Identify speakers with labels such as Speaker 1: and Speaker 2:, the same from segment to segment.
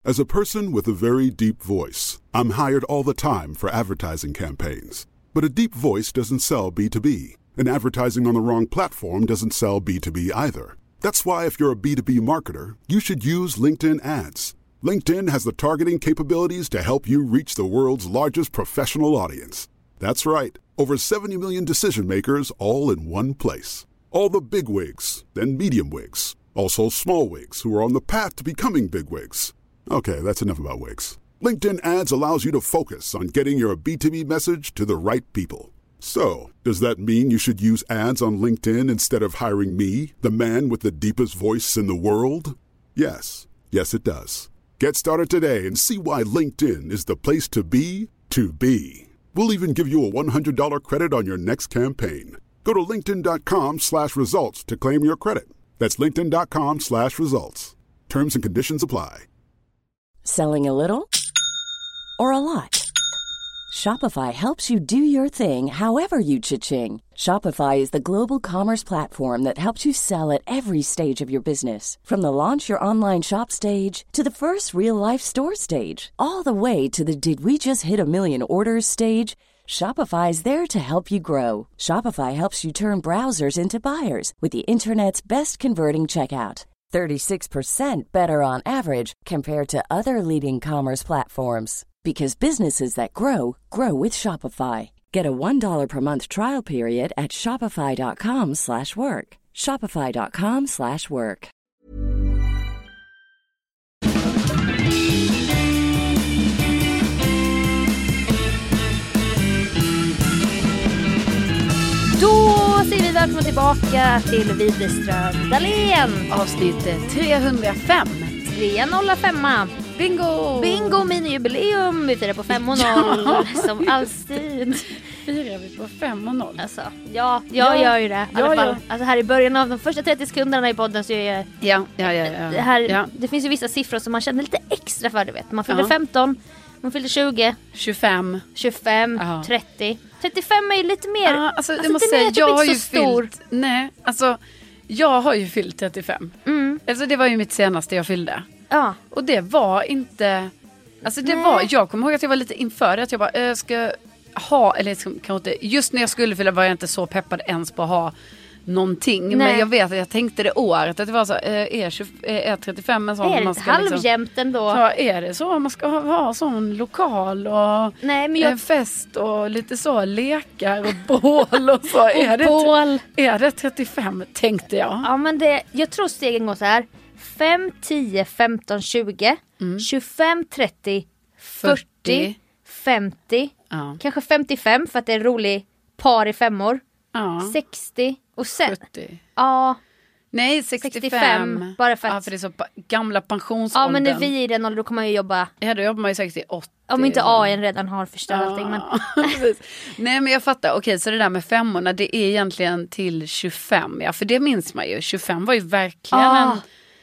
Speaker 1: As a person with a very deep voice, I'm hired all the time for advertising campaigns. But a deep voice doesn't sell B2B, and advertising on the wrong platform doesn't sell B2B either. That's why if you're a B2B marketer, you should use LinkedIn ads. LinkedIn has the targeting capabilities to help you reach the world's largest professional audience. That's right, over 70 million decision makers all in one place. All the big wigs, then medium wigs, also small wigs who are on the path to becoming big wigs. Okay, that's enough about wigs. LinkedIn ads allows you to focus on getting your B2B message to the right people. So, does that mean you should use ads on LinkedIn instead of hiring me, the man with the deepest voice in the world? Yes. Yes, it does. Get started today and see why LinkedIn is the place to be to be. We'll even give you a $100 credit on your next campaign. Go to linkedin.com/results to claim your credit. That's linkedin.com/results. Terms and conditions apply.
Speaker 2: Selling a little or a lot? Shopify helps you do your thing however you cha-ching. Shopify is the global commerce platform that helps you sell at every stage of your business. From the launch your online shop stage to the first real-life store stage, all the way to the did we just hit a million orders stage. Shopify is there to help you grow. Shopify helps you turn browsers into buyers with the internet's best converting checkout. 36% better on average compared to other leading commerce platforms. Because businesses that grow, grow with Shopify. Get a $1 per month trial period at shopify.com/work. Shopify.com/work.
Speaker 3: Då säger vi välkomna tillbaka till Widerström Dahlén.
Speaker 4: Avsnitt 305.
Speaker 3: 305.
Speaker 4: Bingo!
Speaker 3: Bingo, minijubileum. Vi firar på 5-0 som alltid.
Speaker 4: Firar vi på 5-0?
Speaker 3: Alltså, jag gör ju det. Ja. Alltså här i början av de första 30 sekunderna i podden så gör jag...
Speaker 4: Ja.
Speaker 3: Det finns ju vissa siffror som man känner lite extra för, du vet. Man fyller 15, man fyller 20.
Speaker 4: 25,
Speaker 3: 30. 35 är ju lite mer...
Speaker 4: alltså jag måste säga, jag har ju fyllt... Nej, alltså jag har ju fyllt 35. Alltså det var ju mitt senaste jag fyllde.
Speaker 3: Ja.
Speaker 4: Och det var inte... Alltså det var... Jag kommer ihåg att jag var lite inför det. Att jag bara, ska ha... Eller kanske inte... Just när jag skulle fylla var jag inte så peppad ens på att ha någonting. Nej. Men jag vet att jag tänkte det året. Att det var så... Är 35 en sån...
Speaker 3: Är det
Speaker 4: man ska
Speaker 3: halvjämnt ändå?
Speaker 4: Så är det så? Man ska ha sån lokal och...
Speaker 3: Nej, men
Speaker 4: en fest och lite så lekar och bål och så. Är det 35, tänkte jag.
Speaker 3: Ja, men jag tror stegen går så här. 5, 10, 15, 20, 25, 30, 40, 50, kanske 55 för att det är en rolig par i 5 år. 60 och sen...
Speaker 4: 70.
Speaker 3: Ja.
Speaker 4: Nej, 65.
Speaker 3: Bara för att...
Speaker 4: Ja, för det är så gamla pensionsåldern.
Speaker 3: Ja, men när vi är i den åldern då kommer man ju jobba...
Speaker 4: Ja, då jobbar man ju 68.
Speaker 3: Om inte AIn redan har förstört allting. Men...
Speaker 4: Nej, men jag fattar. Okej, så det där med 5-orna, det är egentligen till 25. Ja, för det minns man ju. 25 var ju verkligen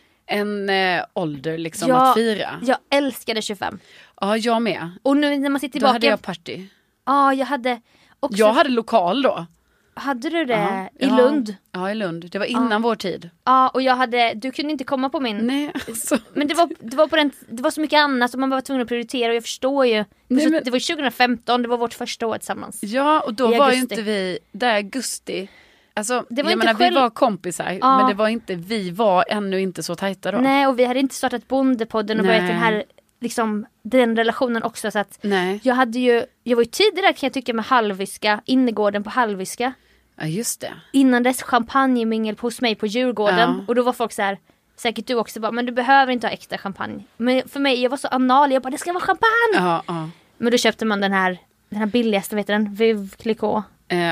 Speaker 4: en ålder liksom att fira.
Speaker 3: Jag älskade 25.
Speaker 4: Ja, jag med.
Speaker 3: Och nu när man sitter tillbaka...
Speaker 4: Då hade jag party.
Speaker 3: Ja, jag hade också...
Speaker 4: Jag hade lokal då.
Speaker 3: Hade du det? I Lund?
Speaker 4: Ja, i Lund. Det var innan vår tid.
Speaker 3: Ja, och jag hade... Du kunde inte komma på min...
Speaker 4: Nej, alltså.
Speaker 3: Men det var på den... Det var så mycket annat som man var tvungen att prioritera. Och jag förstår ju. Nej, men... Det var 2015. Det var vårt första år tillsammans.
Speaker 4: Ja, och då var ju inte vi... Där augusti... Alltså,
Speaker 3: det var
Speaker 4: jag menar, vi var kompisar. Men det var inte... Vi var ännu inte så tajta då.
Speaker 3: Nej, och vi hade inte startat Bondepodden och börjat den här... Liksom den relationen också. Så att jag var ju tidigare kan jag tycka med Hallviska. Innergården på Hallviska.
Speaker 4: Ja, just det.
Speaker 3: Innan dess champagnemingel hos mig på Djurgården. Och då var folk så här, säkert du också bara, men du behöver inte ha extra champagne. Men för mig, jag var så anal, jag bara, det ska vara champagne. Men då köpte man den här billigaste, vet du den? Vive Clicquot.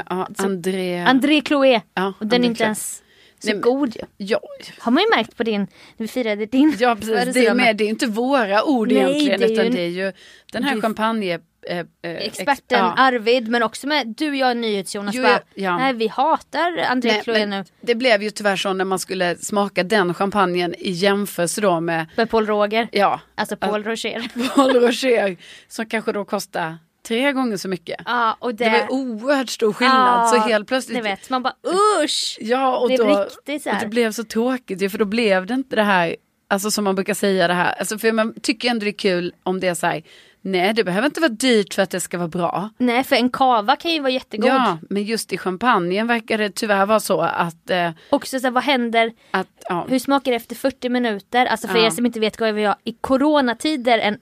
Speaker 3: André Chloé. Och den är inte ens så god ju.
Speaker 4: Ja.
Speaker 3: Har man ju märkt på din, när vi firade din.
Speaker 4: Ja, precis. Det är inte våra ord egentligen, utan det är ju den här champagne...
Speaker 3: experten Arvid, men också med du och jag NyhetsJonas nej, vi hatar André Chloé nu.
Speaker 4: Det blev ju tyvärr så när man skulle smaka den champagnen i jämförelse då med
Speaker 3: Paul Roger.
Speaker 4: Ja.
Speaker 3: Alltså Paul Roger.
Speaker 4: Paul Roger som kanske då kostar 3 gånger så mycket.
Speaker 3: Ja, och det
Speaker 4: var oerhört stor skillnad. Så helt plötsligt...
Speaker 3: Det vet man bara, usch!
Speaker 4: Ja, och
Speaker 3: det
Speaker 4: då,
Speaker 3: är riktigt så här.
Speaker 4: Och det blev så tråkigt, för då blev det inte det här Alltså som man brukar säga det här. Alltså för man tycker ändå det är kul om det är så här, nej det behöver inte vara dyrt för att det ska vara bra.
Speaker 3: Nej, för en kava kan ju vara jättegod.
Speaker 4: Ja, men just i champagnen verkar det tyvärr vara så att...
Speaker 3: också så här, vad händer? Hur smakar det efter 40 minuter? Alltså för er som inte vet, gav jag i coronatider en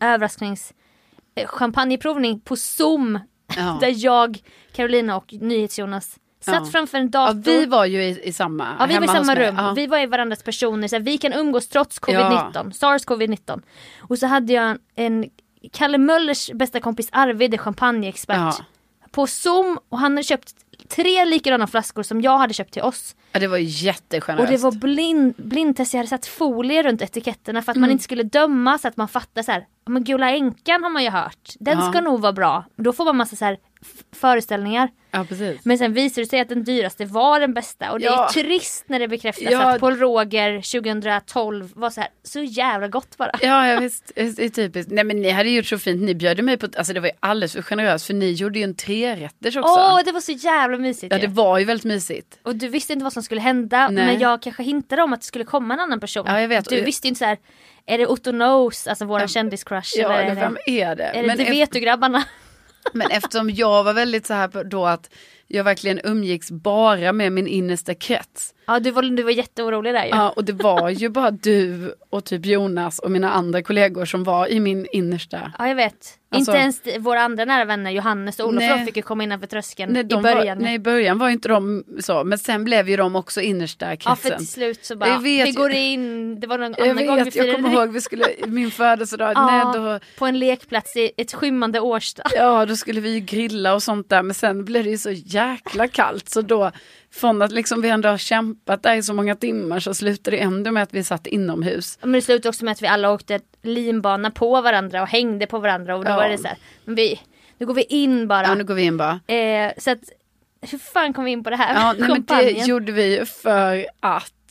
Speaker 3: champagneprovning på Zoom. Där jag, Carolina och NyhetsJonas satt framför en dator.
Speaker 4: Ja, vi var ju i samma
Speaker 3: vi var i samma rum. Ja. Vi var i varandras personer. Så här, vi kan umgås trots covid-19. SARS-COVID-19. Och så hade jag en Kalle Möllers bästa kompis Arvid, är champagneexpert. På Zoom. Och han hade köpt 3 likadana flaskor som jag hade köpt till oss.
Speaker 4: Ja, det var jättegeneröst.
Speaker 3: Och det var blindtest. Jag hade satt folie runt etiketterna för att man inte skulle döma, så att man fattar så här, men Gula änkan har man ju hört. Den ska nog vara bra. Då får man massa så här föreställningar.
Speaker 4: Ja, precis.
Speaker 3: Men sen visade det sig att den dyraste var den bästa. Och det är trist när det bekräftas att Paul Roger 2012 var så jävla gott bara.
Speaker 4: Ja, visst. Det är typiskt. Nej, men ni hade gjort så fint. Ni bjöd mig på... Alltså det var ju alldeles för generöst. För ni gjorde ju en 3-rätters också.
Speaker 3: Det var så jävla mysigt.
Speaker 4: Ja, det var ju väldigt mysigt.
Speaker 3: Och du visste inte vad som skulle hända. Nej. Men jag kanske hintade om att det skulle komma en annan person.
Speaker 4: Ja, jag vet.
Speaker 3: Du visste ju inte så här... Är det Otto Knows, alltså våran kändiscrush?
Speaker 4: Ja,
Speaker 3: eller
Speaker 4: vem är det?
Speaker 3: Är det vet du grabbarna?
Speaker 4: Men eftersom jag var väldigt så här då att jag verkligen umgicks bara med min innersta krets.
Speaker 3: Ja, du var jätteorolig där ju.
Speaker 4: Ja, och det var ju bara du och typ Jonas och mina andra kollegor som var i min innersta.
Speaker 3: Ja, jag vet. Alltså, inte ens våra andra nära vänner, Johannes och Olof, de fick ju komma innanför tröskeln i början.
Speaker 4: I början var inte de så, men sen blev ju de också innersta kretsen.
Speaker 3: Ja, för till slut så bara, vi går in, det var någon annan gång vi
Speaker 4: firade. Jag kommer ihåg, vi skulle, min födelsedag,
Speaker 3: på en lekplats i ett skymmande Årsta.
Speaker 4: Ja, då skulle vi grilla och sånt där, men sen blev det ju så jäkla kallt, så då från att liksom vi ändå har kämpat där i så många timmar så slutade det ändå med att vi satt inomhus.
Speaker 3: Men det slutade också med att vi alla åkte linbana på varandra och hängde på varandra och då var det så här, nu går vi in bara.
Speaker 4: Ja, nu går vi in bara.
Speaker 3: Så att, hur fan kom vi in på det här?
Speaker 4: Ja, nej, men det gjorde vi för att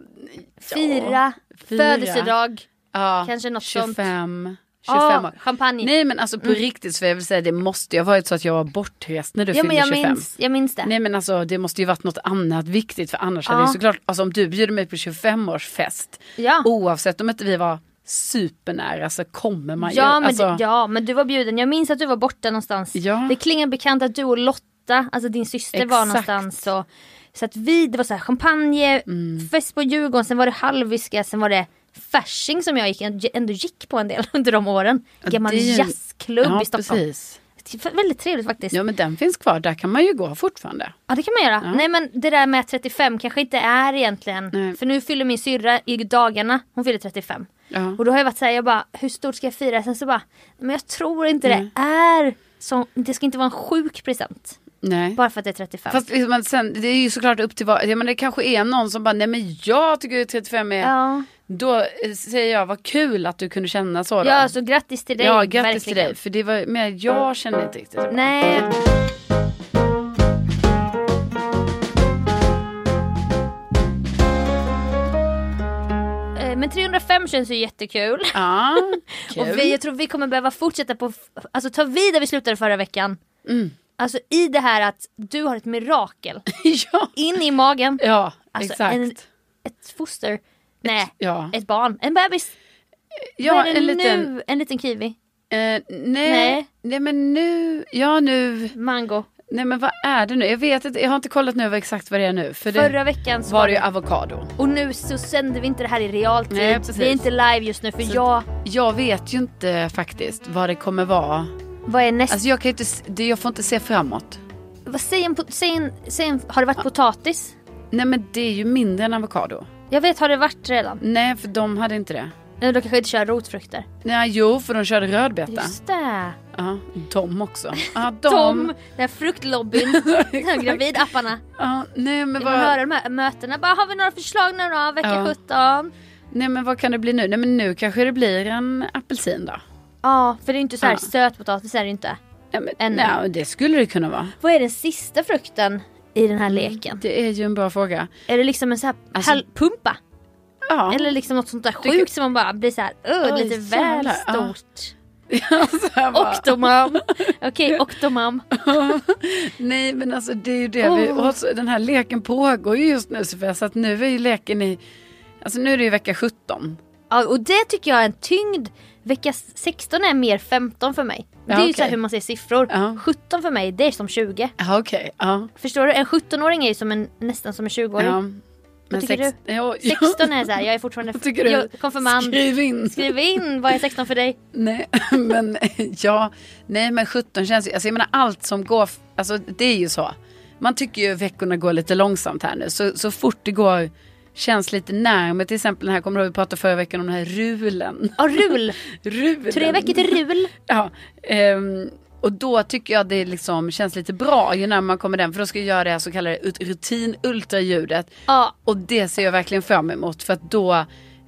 Speaker 3: fira födelsedag.
Speaker 4: Ja,
Speaker 3: kanske något
Speaker 4: 25 år.
Speaker 3: Champagne.
Speaker 4: Nej, men alltså på riktigt så jag vill säga, det måste ju ha varit så att jag var bortrest när du fyllde 25.
Speaker 3: Jag minns det.
Speaker 4: Nej, men alltså det måste ju varit något annat viktigt, för annars hade det såklart, alltså om du bjuder mig på 25-årsfest, oavsett om inte vi var supernära så kommer man ju.
Speaker 3: Men du var bjuden. Jag minns att du var borta någonstans. Ja. Det klingar bekant att du och Lotta, alltså din syster, var någonstans. Så att det var så här champagne, fest på Djurgården, sen var det halvviska, sen var det Fasching som jag ändå gick på en del under de åren. Gammal jazzklubb i Stockholm. Precis. Väldigt trevligt faktiskt.
Speaker 4: Ja, men den finns kvar. Där kan man ju gå fortfarande.
Speaker 3: Ja, det kan man göra. Ja. Nej, men det där med 35 kanske inte är egentligen. Nej. För nu fyller min syrra i dagarna. Hon fyller 35. Ja. Och då har jag varit så här, jag bara, hur stort ska jag fira? Sen så bara, men jag tror inte det är så. Det ska inte vara en sjuk present. Nej. Bara för att det är 35.
Speaker 4: Fast liksom, sen, det är ju såklart upp till men det kanske är någon som bara, nej men jag tycker 35 är... Ja. Då säger jag, vad kul att du kunde känna så då.
Speaker 3: Ja, så grattis till dig.
Speaker 4: Ja, grattis till dig. För det var mer, jag kände inte riktigt.
Speaker 3: Nej. Men 305 känns ju jättekul.
Speaker 4: Ja, kul.
Speaker 3: Och jag tror vi kommer behöva fortsätta alltså ta vid där vi slutade förra veckan. Alltså i det här att du har ett mirakel. In i magen.
Speaker 4: Ja,
Speaker 3: alltså,
Speaker 4: exakt.
Speaker 3: Ett foster. Nej, ett barn. En bebis.
Speaker 4: Ja,
Speaker 3: en liten kiwi.
Speaker 4: Nej, men nu.
Speaker 3: Mango.
Speaker 4: Nej, men vad är det nu? Jag vet inte, jag har inte kollat nu exakt vad det är nu. För
Speaker 3: förra veckan
Speaker 4: var det ju avokado.
Speaker 3: Och nu så sänder vi inte det här i realtid. Nej, vi är inte live just nu, för
Speaker 4: jag vet ju inte faktiskt vad det kommer vara.
Speaker 3: Vad är nästa?
Speaker 4: Alltså jag får inte se framåt.
Speaker 3: Vad säger har det varit potatis?
Speaker 4: Nej, men det är ju mindre än avokado.
Speaker 3: Jag vet, har det varit redan?
Speaker 4: Nej, för de hade inte det.
Speaker 3: Nej, de kanske inte kör rotfrukter.
Speaker 4: Nej, jo, för de körde rödbeta.
Speaker 3: Just det.
Speaker 4: Ja, de också. Ja,
Speaker 3: de, den här fruktlobbyn. De gravidapparna.
Speaker 4: Ja, nej, men
Speaker 3: vad... Man hör de här mötena. Bara, har vi några förslag nu då? Vecka 17.
Speaker 4: Nej, men vad kan det bli nu? Nej, men nu kanske det blir en apelsin då.
Speaker 3: Ja, för det är inte så här sötpotatis, är det inte.
Speaker 4: Ja, men, nej, det skulle det kunna vara.
Speaker 3: Vad är den sista frukten i den här leken?
Speaker 4: Det är ju en bra fråga.
Speaker 3: Är det liksom en så här pumpa? Ja. Eller liksom något sånt där sjukt som man bara blir så här lite väl stort. Octomam. Okej, Octomam.
Speaker 4: Nej, men alltså det är ju det. Den här leken pågår ju just nu, så att nu är ju leken i... Alltså nu är det ju vecka 17.
Speaker 3: Ja, och det tycker jag är en tyngd. Vecka 16 är mer 15 för mig. Det är ju så här hur man ser siffror. 17 för mig, det är som 20.
Speaker 4: Okej.
Speaker 3: Förstår du? En 17-åring är ju som nästan som en 20-åring. Vad tycker du? 16 är så här, jag är fortfarande konfirmand. Skriv in, vad är 16 för dig?
Speaker 4: Nej, men 17 känns ju, alltså jag menar allt som går, alltså det är ju så. Man tycker ju veckorna går lite långsamt här nu. Så fort det går känns lite närmare. Till exempel den här, kommer du ihåg vi pratade förra veckan om den här rulen.
Speaker 3: Ja, rulen. 3 veckor till rul.
Speaker 4: Ja, och då tycker jag det liksom känns lite bra ju när man kommer den. För då ska jag göra det här så kallade rutin-ultraljudet.
Speaker 3: Ja.
Speaker 4: Och det ser jag verkligen fram emot. För att då,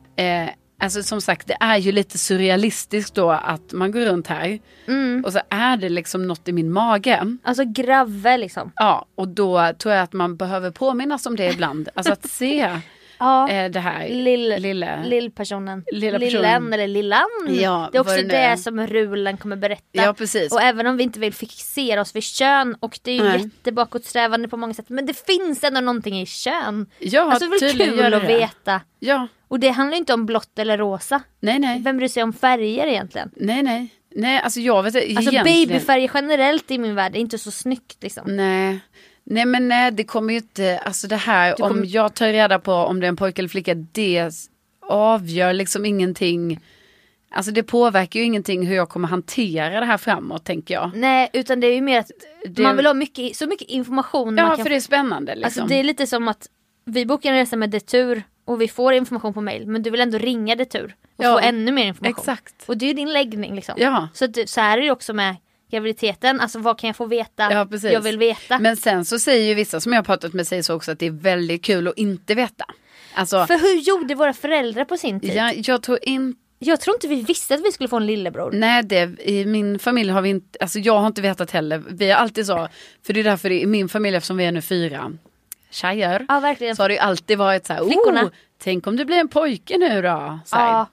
Speaker 4: alltså som sagt, det är ju lite surrealistiskt då att man går runt här. Och så är det liksom något i min mage.
Speaker 3: Alltså grave liksom.
Speaker 4: Ja, och då tror jag att man behöver påminnas om det ibland. Alltså att se det här
Speaker 3: lillpersonen. Lillen eller lillan.
Speaker 4: Ja,
Speaker 3: det är också det som rulen kommer berätta.
Speaker 4: Ja, precis.
Speaker 3: Och även om vi inte vill fixera oss vid kön, och det är ju jättebakåtsträvande på många sätt, men det finns ändå någonting i kön.
Speaker 4: Ja,
Speaker 3: alltså det är väl kul att veta.
Speaker 4: Ja.
Speaker 3: Och det handlar ju inte om blått eller rosa.
Speaker 4: Nej.
Speaker 3: Vem bryr sig om färger egentligen?
Speaker 4: Nej, alltså jag vet inte.
Speaker 3: Alltså babyfärger generellt i min värld är inte så snyggt liksom.
Speaker 4: Nej, men det kommer ju inte, alltså det här, om jag tar reda på om det är en pojke eller flicka, det avgör liksom ingenting. Alltså det påverkar ju ingenting hur jag kommer hantera det här framåt, tänker jag. Nej,
Speaker 3: utan det är ju mer att man vill ha så mycket information.
Speaker 4: Ja, för det är spännande liksom.
Speaker 3: Alltså det är lite som att vi bokar en resa med Detur och vi får information på mail, men du vill ändå ringa Detur och få ännu mer information.
Speaker 4: Exakt.
Speaker 3: Och det är ju din läggning liksom.
Speaker 4: Ja.
Speaker 3: Så här är det också med graviditeten, alltså vad kan jag få veta?
Speaker 4: Ja, precis.
Speaker 3: Jag vill veta.
Speaker 4: Men sen så säger ju vissa som jag har pratat med säger så också att det är väldigt kul att inte veta. Alltså,
Speaker 3: för hur gjorde våra föräldrar på sin tid?
Speaker 4: Ja, jag tror inte
Speaker 3: vi visste att vi skulle få en lillebror.
Speaker 4: Nej, i min familj har vi inte, alltså jag har inte vetat heller. Vi är alltid så, för det är därför i min familj, eftersom vi är nu 4 tjejer,
Speaker 3: ja, verkligen.
Speaker 4: Så har det ju alltid varit så här, tänk om det blir en pojke nu då. Så här.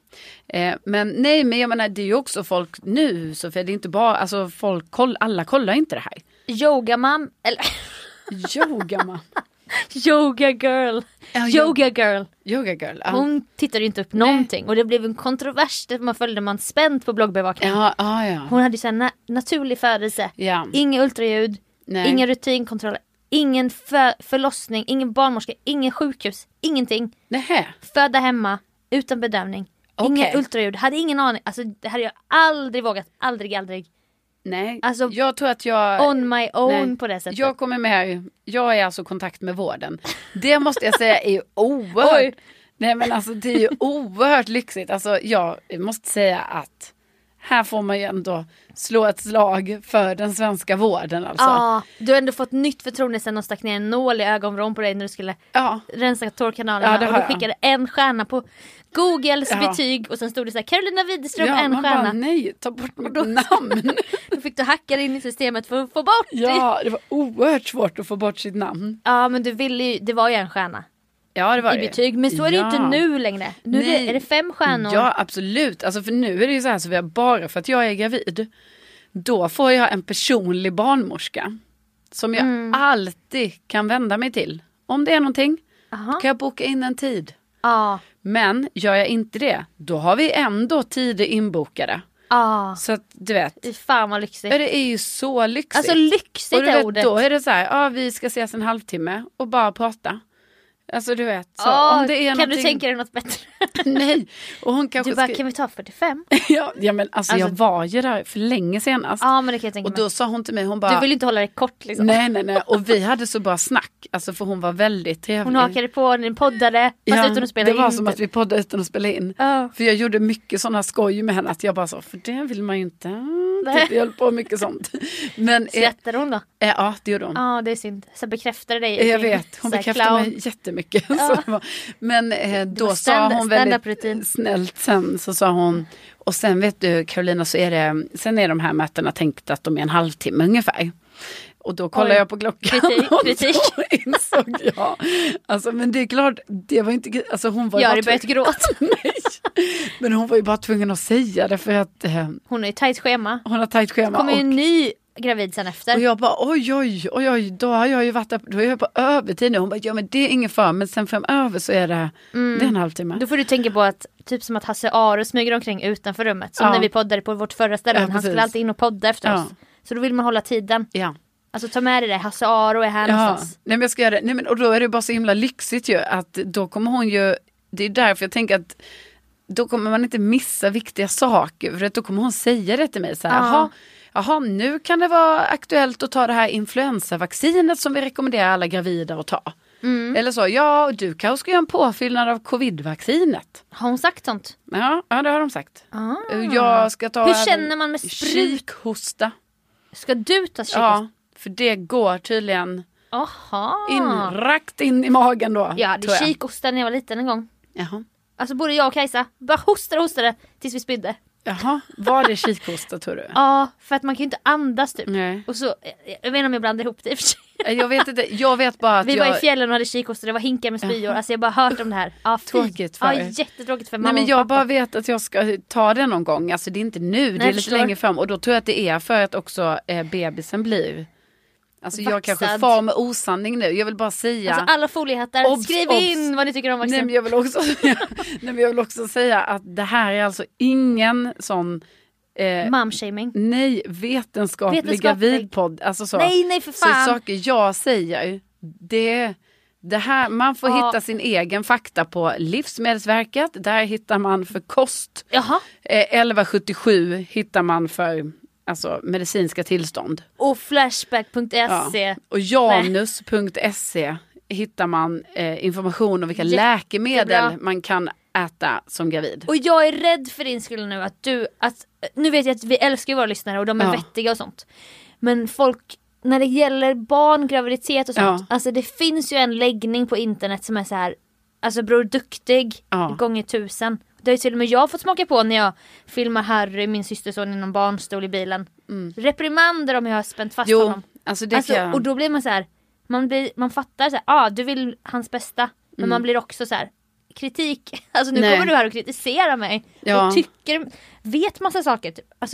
Speaker 4: Men jag menar, det är ju också folk nu, så för det är inte bara, alltså folk, alla kollar inte det här.
Speaker 3: Yogamam, eller
Speaker 4: Yogamam.
Speaker 3: Yoga girl. Hon tittade ju inte upp någonting. Och det blev en kontrovers där man följde spänt på bloggbevakningen. Hon hade ju så här naturlig födelse. Inga ultraljud, inga rutinkontroller, ingen förlossning, ingen barnmorska, ingen sjukhus, ingenting. Födda hemma utan bedövning. Inga ultraljud, hade ingen aning. Alltså det hade jag aldrig vågat, aldrig.
Speaker 4: Nej,
Speaker 3: alltså,
Speaker 4: jag tror att jag
Speaker 3: on my own på det sättet.
Speaker 4: Jag kommer med, jag är alltså i kontakt med vården. Det måste jag säga är oerhört. Nej, men alltså det är ju oerhört lyxigt. Alltså jag måste säga att här får man ju ändå slå ett slag för den svenska vården alltså.
Speaker 3: Ja, du har ändå fått nytt förtroende sen de stack ner en nål i ögonvrån på dig när du skulle rensa tårkanalerna. Och du skickade 1 stjärna på Googles betyg och sen stod det så här: Carolina Widerström 1 stjärna.
Speaker 4: Bara, nej, ta bort mitt namn.
Speaker 3: Då fick du hacka in i systemet för att få bort det.
Speaker 4: Ja, det var oerhört svårt att få bort sitt namn.
Speaker 3: Ja, men du ville ju, det var ju 1 stjärna.
Speaker 4: Ja, det var
Speaker 3: i betyg, men så är det inte nu längre. Nu är det 5 stjärnor.
Speaker 4: Ja, absolut. Alltså för nu är det ju så här, så vi har bara för att jag är gravid, då får jag en personlig barnmorska som jag alltid kan vända mig till. Om det är någonting, kan jag boka in en tid. Men gör jag inte det, då har vi ändå tider inbokade. Så att du vet.
Speaker 3: Fan vad lyxigt.
Speaker 4: Det är ju så lyxigt.
Speaker 3: Alltså lyxigt
Speaker 4: och du vet,
Speaker 3: ordet.
Speaker 4: Då är det så här, vi ska ses en halvtimme och bara prata. Alltså du vet, så om det är
Speaker 3: kan
Speaker 4: någonting...
Speaker 3: du tänka dig något bättre?
Speaker 4: Nej, och hon kanske
Speaker 3: du bara, kan vi ta 45?
Speaker 4: ja, men alltså jag var ju där för länge senast.
Speaker 3: Ja, men det kan jag tänka
Speaker 4: mig. Och då sa hon till mig, hon bara...
Speaker 3: Du vill inte hålla det kort liksom.
Speaker 4: Nej, och vi hade så bra snack. Alltså för hon var väldigt trevlig.
Speaker 3: Hon hakade på, ni poddade, fast utan att spela in.
Speaker 4: Det var som att vi poddade utan att spela in. För jag gjorde mycket sådana skoj med henne, att jag bara sa, för det vill man ju inte. Vi höll på mycket sånt. Men
Speaker 3: skrattade hon då?
Speaker 4: Ja, det gjorde hon.
Speaker 3: Ja, det är synd. Så bekräftade dig.
Speaker 4: Jag vet, hon bekräftade mig jättemycket. Så, men då sa hon väldigt snällt sen, så sa hon, och sen vet du Carolina, så är det, sen är de här mötena tänkt att de är en halvtimme ungefär. Och då kollade jag på klockan.
Speaker 3: Kritik.
Speaker 4: Och då insåg jag. Alltså, men det är klart, det var inte... Alltså, hon var
Speaker 3: jag hade börjat gråta.
Speaker 4: Nej. Men hon var ju bara tvungen att säga det för att...
Speaker 3: hon har ju tajt schema.
Speaker 4: Hon har tajt schema.
Speaker 3: Det kommer ju en ny gravid sen efter.
Speaker 4: Och jag bara oj, då har jag ju varit där, då är jag på övertid nu. Hon bara, ja men det är ingen fara, men sen framöver så är det, det är en halvtimme.
Speaker 3: Då får du tänka på att, typ som att Hasse Aro smyger omkring utanför rummet. Som när vi poddade på vårt förra ställe. Han skulle alltid in och podda efter oss. Så då vill man hålla tiden. Ja. Alltså ta med dig det, Hasse Aro är här någonstans.
Speaker 4: Nej men jag ska göra det. Nej, men, och då är det bara så himla lyxigt ju, att då kommer hon ju, det är därför jag tänker att då kommer man inte missa viktiga saker. För att då kommer hon säga det till mig så här, jaha, nu kan det vara aktuellt att ta det här influensavaccinet som vi rekommenderar alla gravida att ta. Eller så, du kanske ska göra en påfyllnad av covid-vaccinet.
Speaker 3: Har hon sagt sånt?
Speaker 4: Ja, det har de sagt. Jag ska ta.
Speaker 3: Hur känner man med
Speaker 4: kikhosta?
Speaker 3: Ska du ta kikhosta?
Speaker 4: Ja, för det går tydligen rakt in i magen då.
Speaker 3: Ja, det är kikhosta när jag var liten en gång.
Speaker 4: Jaha.
Speaker 3: Alltså både jag och Kajsa bara hostade tills vi spydde.
Speaker 4: Jaha, var det kikhosta tror du?
Speaker 3: Ja, för att man kan ju inte andas typ.
Speaker 4: Nej.
Speaker 3: Och så, jag vet inte om jag blandar ihop det i och för sig.
Speaker 4: Jag vet inte, jag vet bara att
Speaker 3: vi var i fjällen och hade kikhosta, det var hinkar med spyor. Alltså jag bara hört om det här.
Speaker 4: Tråkigt för.
Speaker 3: Ja, jättetråkigt för mamma.
Speaker 4: Nej, men jag bara vet att jag ska ta det någon gång. Alltså det är inte nu, det är lite längre fram. Och då tror jag att det är för att också bebisen blir. Alltså jag kanske far med osanning nu. Jag vill bara säga.
Speaker 3: Alltså alla foliehattar, skriv in vad ni tycker om vaccin.
Speaker 4: Nej, men jag vill också säga att det här är alltså ingen sån
Speaker 3: momshaming.
Speaker 4: Nej, vetenskaplig gravidpodd. Alltså så.
Speaker 3: Nej för fan.
Speaker 4: Så saker jag säger, det här, man får hitta sin egen fakta på Livsmedelsverket. Där hittar man för kost. 1177 hittar man för alltså medicinska tillstånd. Och
Speaker 3: flashback.se.
Speaker 4: Och janus.se hittar man information om vilka läkemedel man kan äta som gravid.
Speaker 3: Och jag är rädd för din skull nu nu vet jag att vi älskar våra lyssnare och de är vettiga och sånt. Men folk, när det gäller barn, graviditet och sånt, alltså det finns ju en läggning på internet som är så här, alltså Bror Duktig gånger 1000. Det har ju till och med jag fått smaka på när jag filmar Harry, min systerson, i någon barnstol i bilen. Reprimander om jag har spänt fast honom.
Speaker 4: Alltså det
Speaker 3: och då blir man så här, man fattar så här, du vill hans bästa, men man blir också så här, kritik. Alltså nu kommer du här och kritiserar mig och vet massa saker typ. Alltså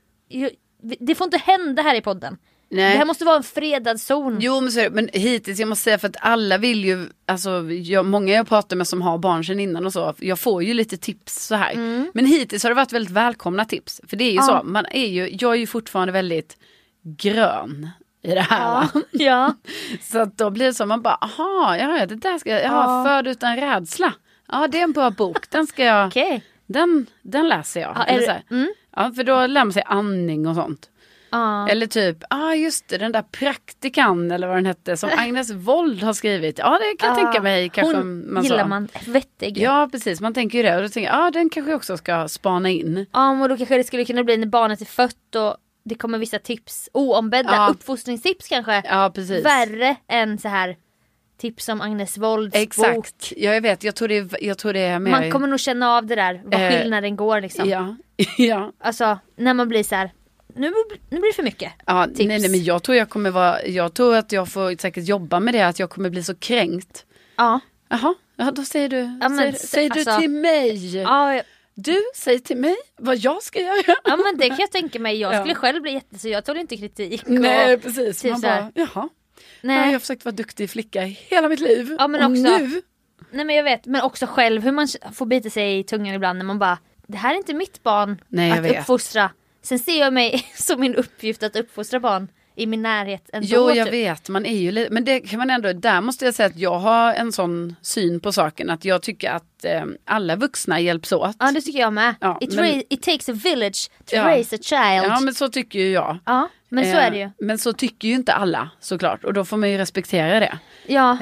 Speaker 3: det får inte hända här i podden. Nej. Det här måste vara en fredad zon.
Speaker 4: Jo, men hittills, jag måste säga, för att alla vill ju, alltså många jag pratar med som har barn sedan innan och så, jag får ju lite tips så här. Men hittills har det varit väldigt välkomna tips. För det är ju så, jag är ju fortfarande väldigt grön i det här.
Speaker 3: Ja.
Speaker 4: Så att då blir det så, man bara, det där ska jag, Född utan rädsla. Ja, det är en bra bok, den ska jag, den läser jag. Eller så här. Ja, för då lär man sig andning och sånt. Eller typ, just det, den där praktikan eller vad den hette som Agnes Wold har skrivit. Ja, det kan jag tänka mig. Kanske
Speaker 3: hon gillar man vettig.
Speaker 4: Ja, precis. Man tänker ju det. Och då tänker jag, den kanske också ska spana in.
Speaker 3: Ja, och då kanske det skulle kunna bli när barnet är fött och det kommer vissa tips. Oombedda uppfostringstips kanske.
Speaker 4: Ja, precis.
Speaker 3: Värre än så här tips om Agnes Wolds bok.
Speaker 4: Ja, jag vet. Jag tror det är mer.
Speaker 3: Man kommer nog känna av det där. Vad skillnaden går liksom.
Speaker 4: Ja.
Speaker 3: Alltså, när man blir så här. Nu blir det för mycket.
Speaker 4: Ja, tips. Nej, men jag tror att jag får säkert jobba med det, att jag kommer bli så kränkt.
Speaker 3: Ja.
Speaker 4: Jaha, då säger du. Säger du till mig?
Speaker 3: Ja.
Speaker 4: Du, säg till mig vad jag ska göra.
Speaker 3: Ja, men det kan jag tänka mig. Jag skulle själv bli så jag tål inte kritik.
Speaker 4: Nej, precis. Typ man bara, jaha. Nej. Jag har försökt vara duktig flicka i hela mitt liv.
Speaker 3: Ja, men också, nu. Nej, men jag vet. Men också själv hur man får bita sig i tungan ibland när man bara, det här är inte mitt barn att uppfostra. Sen ser jag mig som min uppgift att uppfostra barn i min närhet ändå.
Speaker 4: Jo, jag vet. Man är ju lite, men det kan man ändå, där måste jag säga att jag har en sån syn på saken att jag tycker att alla vuxna hjälps åt.
Speaker 3: Ja, det tycker jag med. Ja, it takes a village to raise a child.
Speaker 4: Ja, men så tycker ju jag.
Speaker 3: Ja, men så är det ju.
Speaker 4: Men så tycker ju inte alla, såklart. Och då får man ju respektera det.
Speaker 3: Ja.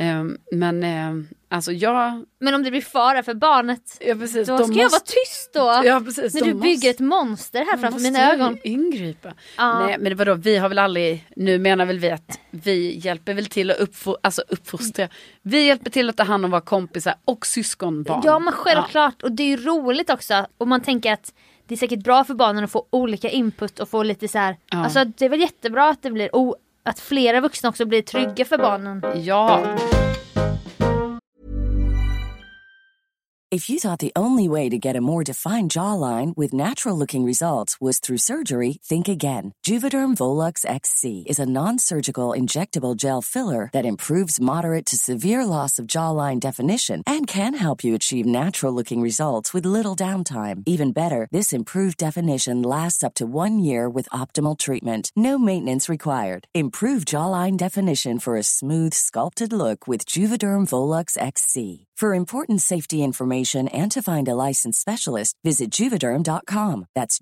Speaker 4: Alltså
Speaker 3: Men om det blir fara för barnet,
Speaker 4: precis,
Speaker 3: då ska jag vara tyst då.
Speaker 4: Ja, precis,
Speaker 3: när du bygger ett monster här framför mina ögon.
Speaker 4: Ingripa. Nej, men vadå, vi har väl aldrig, nu menar väl vi att vi hjälper väl till att uppfostra. Vi hjälper till att ta hand om våra kompisar och syskonbarn.
Speaker 3: Ja, men självklart. Och det är ju roligt också. Och man tänker att det är säkert bra för barnen att få olika input och få lite så här. Alltså det är väl jättebra att det blir att flera vuxna också blir trygga för barnen.
Speaker 4: Ja.
Speaker 2: If you thought the only way to get a more defined jawline with natural-looking results was through surgery, think again. Juvederm Volux XC is a non-surgical injectable gel filler that improves moderate to severe loss of jawline definition and can help you achieve natural-looking results with little downtime. Even better, this improved definition lasts up to 1 year with optimal treatment. No maintenance required. Improve jawline definition for a smooth, sculpted look with Juvederm Volux XC. For important safety information and to find a licensed specialist, visit Juvederm.com. That's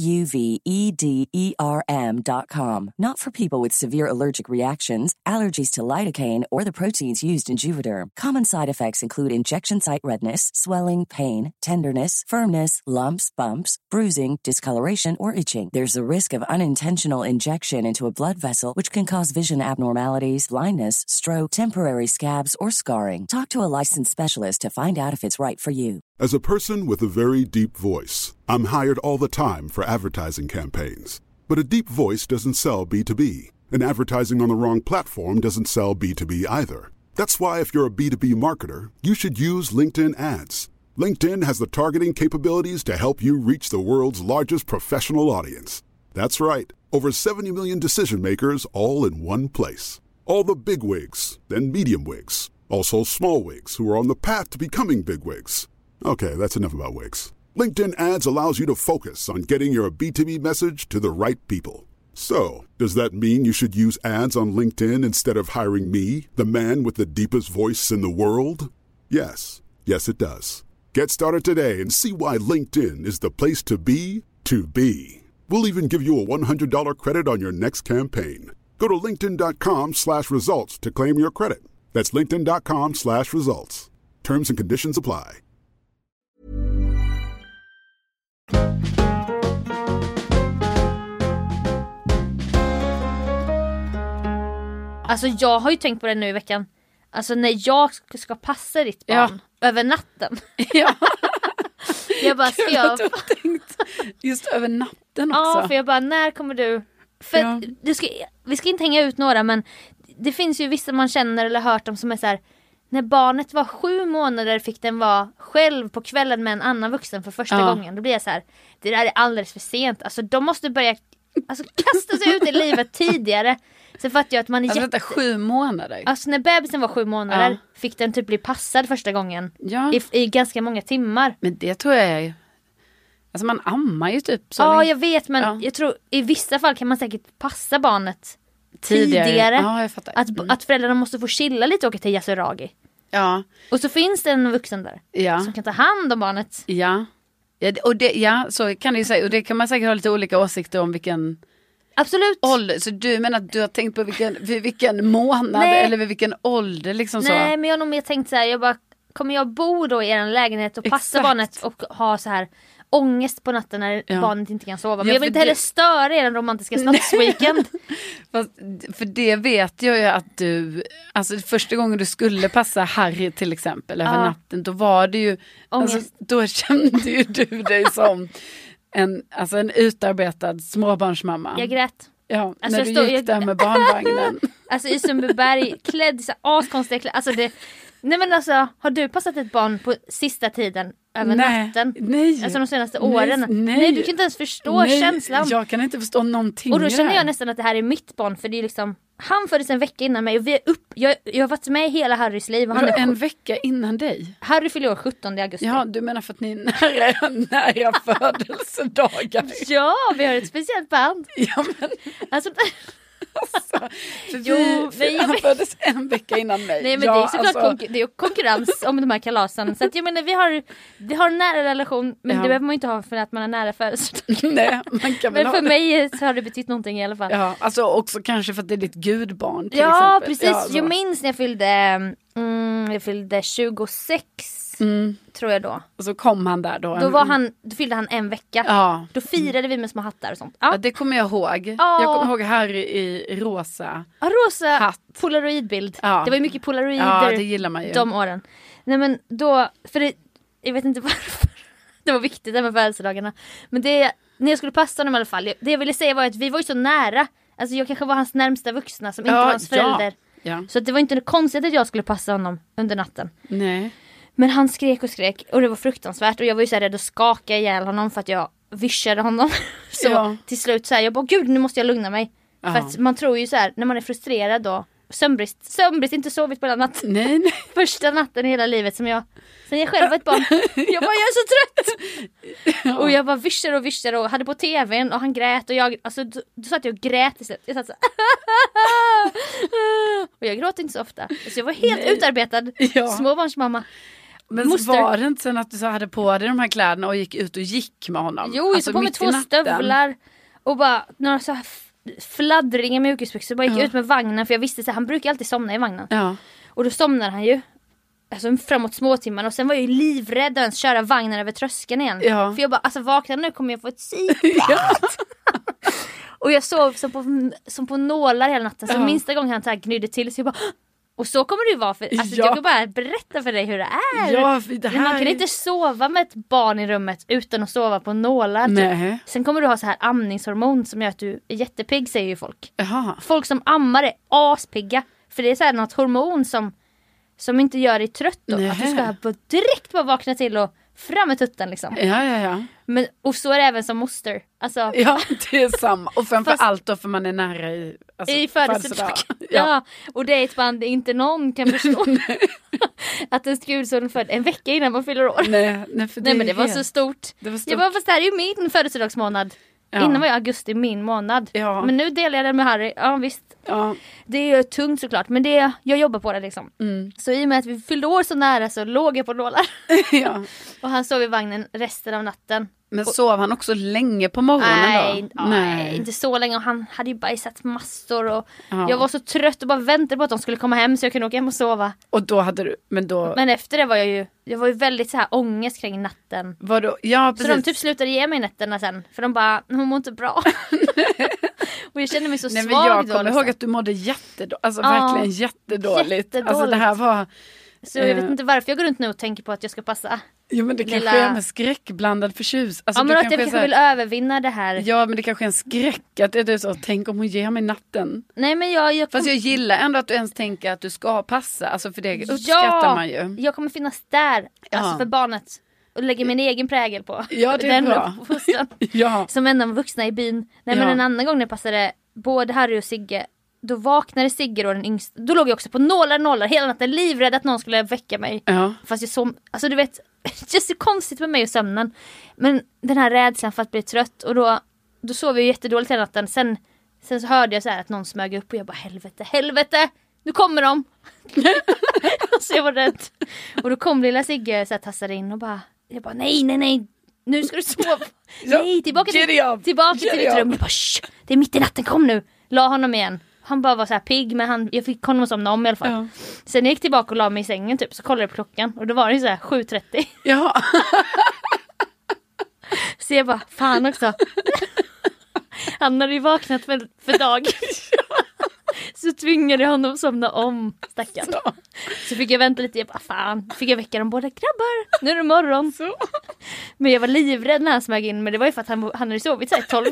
Speaker 2: JUVEDERM.com. Not for people with severe allergic reactions, allergies to lidocaine, or the proteins used in Juvederm. Common side effects include injection site redness, swelling, pain, tenderness, firmness, lumps, bumps, bruising, discoloration, or itching. There's a risk of unintentional injection into a blood vessel, which can cause vision abnormalities, blindness, stroke, temporary scabs, or scarring. Talk to a licensed specialist to find out if it's right for you.
Speaker 1: As a person with a very deep voice, I'm hired all the time for advertising campaigns. But a deep voice doesn't sell B2B, and advertising on the wrong platform doesn't sell B2B either. That's why if you're a B2B marketer, you should use LinkedIn ads. LinkedIn has the targeting capabilities to help you reach the world's largest professional audience. That's right, over 70 million decision makers all in one place. All the big wigs, then medium wigs. Also small wigs who are on the path to becoming big wigs. Okay, that's enough about wigs. LinkedIn ads allows you to focus on getting your B2B message to the right people. So, does that mean you should use ads on LinkedIn instead of hiring me, the man with the deepest voice in the world? Yes. Yes, it does. Get started today and see why LinkedIn is the place to be to be. We'll even give you a $100 credit on your next campaign. Go to linkedin.com/results to claim your credit. That's linkedin.com/results. Terms and conditions apply.
Speaker 3: Alltså jag har ju tänkt på det nu i veckan. Alltså när jag ska passa ditt barn över natten.
Speaker 4: Ja.
Speaker 3: Jag bara, ska jag...
Speaker 4: tänkt just över natten också.
Speaker 3: Ja, för jag bara, när kommer du... För vi ska inte hänga ut några, men det finns ju vissa man känner eller hört om som är så här: när barnet var 7 månader fick den vara själv på kvällen med en annan vuxen för första gången. Då blir jag så här, det där är alldeles för sent. Alltså de måste börja kasta sig ut i livet tidigare. Så fattar jag att man är
Speaker 4: vänta, 7 månader?
Speaker 3: Alltså när bebisen var 7 månader fick den typ bli passad första gången i ganska många timmar.
Speaker 4: Men det tror jag ju. Alltså man ammar ju typ så.
Speaker 3: Ja, jag vet, men jag tror i vissa fall kan man säkert passa barnet tidigare.
Speaker 4: Ja, jag fattar.
Speaker 3: Att föräldrarna måste få chilla lite och åka till Yasuragi.
Speaker 4: Ja.
Speaker 3: Och så finns det en vuxen där som kan ta hand om barnet.
Speaker 4: Ja. Och det, så kan det ju säga. Och det kan man säkert ha lite olika åsikter om vilken...
Speaker 3: Absolut.
Speaker 4: Ålder. Så du menar att du har tänkt på vilken månad eller vilken ålder liksom så?
Speaker 3: Nej, men jag har nog mer tänkt så här, jag bara, kommer jag bo då i en lägenhet och passa barnet och ha så här ångest på natten när barnet inte kan sova. Men jag vill inte heller störa er den romantiska snapsweekend.
Speaker 4: För det vet jag ju att du, alltså första gången du skulle passa Harry till exempel över natten, då var det ju, alltså, då kände ju du dig som en utarbetad småbarnsmamma.
Speaker 3: Jag grät.
Speaker 4: Ja, alltså, när du gick där med barnvagnen.
Speaker 3: Alltså i Sundbyberg, klädd så askonstiga kläder. Alltså det... Nej men alltså, har du passat ett barn på sista tiden över natten?
Speaker 4: Nej.
Speaker 3: Alltså de senaste åren? Nej, du kan inte ens förstå känslan.
Speaker 4: Jag kan inte förstå någonting.
Speaker 3: Och då känner jag nästan att det här är mitt barn, för det är liksom, han föddes en vecka innan mig och vi är jag har varit med i hela Harrys liv. Och han är
Speaker 4: en vecka innan dig?
Speaker 3: Harry fyller år 17 augusti.
Speaker 4: Ja, du menar för att ni är nära födelsedagar.
Speaker 3: Ja, vi har ett speciellt band.
Speaker 4: Ja, men...
Speaker 3: Alltså,
Speaker 4: han föddes en vecka innan mig.
Speaker 3: Nej, men det är såklart det är konkurrens om de här kalasen. Så att jag menar, vi har en nära relation, men det behöver man inte ha för att man är nära födelsedag.
Speaker 4: Nej, man kan
Speaker 3: men för mig så har det betytt någonting i alla fall.
Speaker 4: Ja, alltså också kanske för att det är ditt gudbarn till
Speaker 3: exempel.
Speaker 4: Precis.
Speaker 3: Ja, precis. Jag minns när jag fyllde 26. Tror jag då.
Speaker 4: Och så kom han där då.
Speaker 3: Då fyllde han en vecka. Ja. Då firade vi med små hattar och sånt.
Speaker 4: Ja, det kommer jag ihåg. Ja. Jag kommer ihåg Harry i rosa.
Speaker 3: Ja, rosa hatt. Polaroidbild. Ja. Det var ju mycket polaroider.
Speaker 4: Ja, det gillar man ju.
Speaker 3: De åren. Nej men då, jag vet inte varför. Det var viktigt med födelsedagarna. Men när jag skulle passa honom i alla fall. Det jag ville säga var att vi var ju så nära. Alltså jag kanske var hans närmsta vuxna som inte var hans förälder. Ja. Så att det var inte konstigt att jag skulle passa honom under natten.
Speaker 4: Nej.
Speaker 3: Men han skrek och det var fruktansvärt. Och jag var ju så här rädd att skaka ihjäl honom för att jag vischade honom. Så till slut så här, jag bara gud nu måste jag lugna mig. För att man tror ju så här, när man är frustrerad då, sömnbrist, inte sovit på den natten.
Speaker 4: Nej.
Speaker 3: Första natten i hela livet som sen jag själv var ett barn. Jag bara, jag är så trött. Och jag bara vischade och hade på tvn och han grät och jag, alltså då satt jag och grät istället. Jag satt så och jag gråter inte så ofta. Så jag var helt utarbetad småbarnsmamma.
Speaker 4: Men var det inte sen att du så hade på dig de här kläderna och gick ut och gick med honom?
Speaker 3: Jo, jag tog på mig 2 stövlar och bara några så här fladdringar mjukisbyxor. Bara gick ut med vagnen för jag visste att han brukar alltid somna i vagnen. Ja. Och då somnade han ju. Alltså framåt småtimmarna. Och sen var jag ju livrädd att ens köra vagnen över tröskeln igen. Ja. För jag bara, alltså vakna nu kommer jag få ett psykbad. Och jag sov som på nålar hela natten. Så minsta gången han så här gnydde till så jag bara... Och så kommer det ju vara, för alltså, jag kan bara berätta för dig hur det är.
Speaker 4: Ja, för det här...
Speaker 3: Man kan inte sova med ett barn i rummet utan att sova på nålar. Typ. Sen kommer du ha så här amningshormon som gör att du är jättepigg, säger ju folk. Aha. Folk som ammar är aspigga. För det är så här något hormon som inte gör dig trött då. Att du ska direkt bara vakna till och fram med tutten liksom.
Speaker 4: Ja.
Speaker 3: Men, och så är det även som moster. Alltså,
Speaker 4: ja, det är samma. Och framförallt då för man är nära i
Speaker 3: födelsedag. Ja, och det är ett band inte någon kan förstå. Att en gudson född en vecka innan man fyller år. Nej, men det var så stort. Jag bara, fast det här är ju min födelsedagsmånad. Ja. Innan var jag augusti min månad. Ja. Men nu delar jag det med Harry. Ja, visst. Ja. Det är ju tungt såklart. Men jag jobbar på det liksom. Så i och med att vi fyllde år så nära så låg jag på nålar. Ja. Och han sov i vagnen resten av natten.
Speaker 4: Men sov han också länge på morgonen då?
Speaker 3: Nej, inte så länge. Och han hade ju bajsat massor. Och jag var så trött och bara väntade på att de skulle komma hem så jag kunde åka hem och sova.
Speaker 4: Och då hade du... Men
Speaker 3: efter det var jag var ju väldigt så här ångest kring natten.
Speaker 4: Vadå? Ja, precis.
Speaker 3: Så de typ slutade ge mig nätterna sen. För de bara, hon mår inte bra. Och jag kände mig så svag då.
Speaker 4: Men jag kommer ihåg att du mådde jättedåligt. Alltså verkligen jättedåligt. Alltså det här var...
Speaker 3: Så jag vet inte varför jag går runt nu och tänker på att jag ska passa.
Speaker 4: Jo, men det kanske är med skräckblandad förtjus. Alltså,
Speaker 3: ja, men att jag kanske vill övervinna det här.
Speaker 4: Ja, men det kanske är en skräck att det är så, tänk om hon ger mig natten.
Speaker 3: Nej, men
Speaker 4: fast jag gillar ändå att du ens tänker att du ska passa. Alltså för det uppskattar man ju.
Speaker 3: Jag kommer finnas där, alltså för barnet. Och lägga min egen prägel på.
Speaker 4: Ja, det är den bra.
Speaker 3: Ja. Som en av vuxna i byn. Nej, men en annan gång när passade både Harry och Sigge. Då vaknade Sigge då, den yngsta. Då låg jag också på nålar hela natten, livrädd att någon skulle väcka mig. Ja. Fast jag som, alltså du vet, det är så konstigt med mig och sömnen. Men den här rädslan för att bli trött. Och då sov jag jättedåligt hela natten. Sen så hörde jag så här att någon smög upp och jag bara, helvete, nu kommer de. Så jag var rädd. Och då kom lilla Sigge så här, tassade in och jag bara, nej. Nu ska du sova. Nej, tillbaka till ditt rum. Jag bara, det är mitt i natten, kom nu. La honom igen. Han bara var så här pigg, men jag fick honom att somna om i alla fall. Ja. Sen jag gick tillbaka och la mig i sängen typ, så kollade jag på klockan. Och då var det så här 7:30.
Speaker 4: Ja.
Speaker 3: Så jag bara, fan också. Han hade ju vaknat för dag. Så tvingade jag honom att somna om, stackaren. Så fick jag vänta lite, jag bara, fan. Fick jag väcka dem båda, grabbar, nu är det morgon. Så. Men jag var livrädd när han smög in. Men det var ju för att han hade sovit så här 12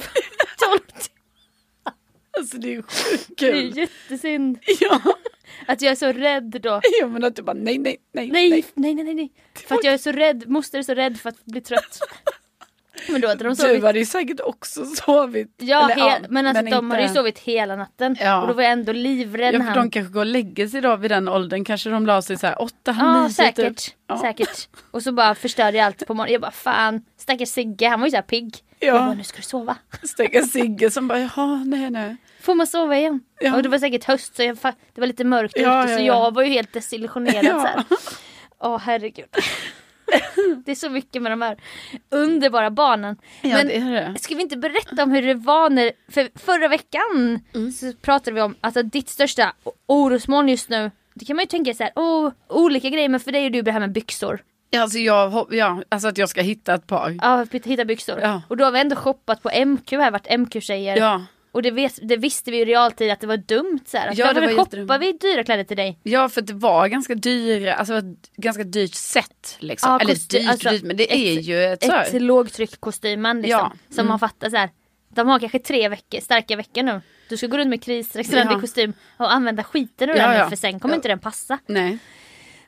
Speaker 4: Alltså det är sjukt.
Speaker 3: Det är jättesynd.
Speaker 4: Ja.
Speaker 3: Att jag är så rädd då.
Speaker 4: Ja, men att du bara nej.
Speaker 3: För att jag är så rädd, måste är så rädd för att bli trött. Men då hade de sovit.
Speaker 4: Du hade ju säkert också sovit.
Speaker 3: Ja, men alltså de hade ju sovit hela natten. Ja. Och då var jag ändå livrädd.
Speaker 4: Ja, för de kanske går och lägger sig då vid den åldern. Kanske de la sig så här 8-9
Speaker 3: säkert.
Speaker 4: Typ.
Speaker 3: Ja, säkert. Och så bara förstörde jag allt på morgonen. Jag bara, fan, stackars Sigge, han var ju så här pigg. Ja. Jag bara, nu ska du sova.
Speaker 4: Stackars Sigge som bara, jaha, nej.
Speaker 3: Får man sova igen? Ja. Och det var säkert höst så det var lite mörkt ute. Så jag var ju helt desillusionerad så här. Herregud. Det är så mycket med de här underbara barnen.
Speaker 4: Ja, men det är det.
Speaker 3: Ska vi inte berätta om hur det var förra veckan så pratade vi om alltså ditt största orosmoln just nu. Det kan man ju tänka så här, olika grejer, men för dig är det ju det här med byxor.
Speaker 4: Alltså att jag ska hitta ett par.
Speaker 3: Ja, hitta byxor. Ja. Och då har vi ändå shoppat på MQ här, varit MQ-tjejer. Ja. Och det visste vi i realtid att det var dumt så här. Ja, det shoppar vi dyra kläder till dig.
Speaker 4: Ja, för det var ganska dyra, alltså ett ganska dyrt set liksom. Ja, eller dyrt, men det är ju ett
Speaker 3: lågtryck-kostymen liksom, som man fattar så här. De har kanske 3 starka veckor nu. Du ska gå runt med krisstrecksrandig kostym och använda skiten ur den för sen kommer inte den passa.
Speaker 4: Nej.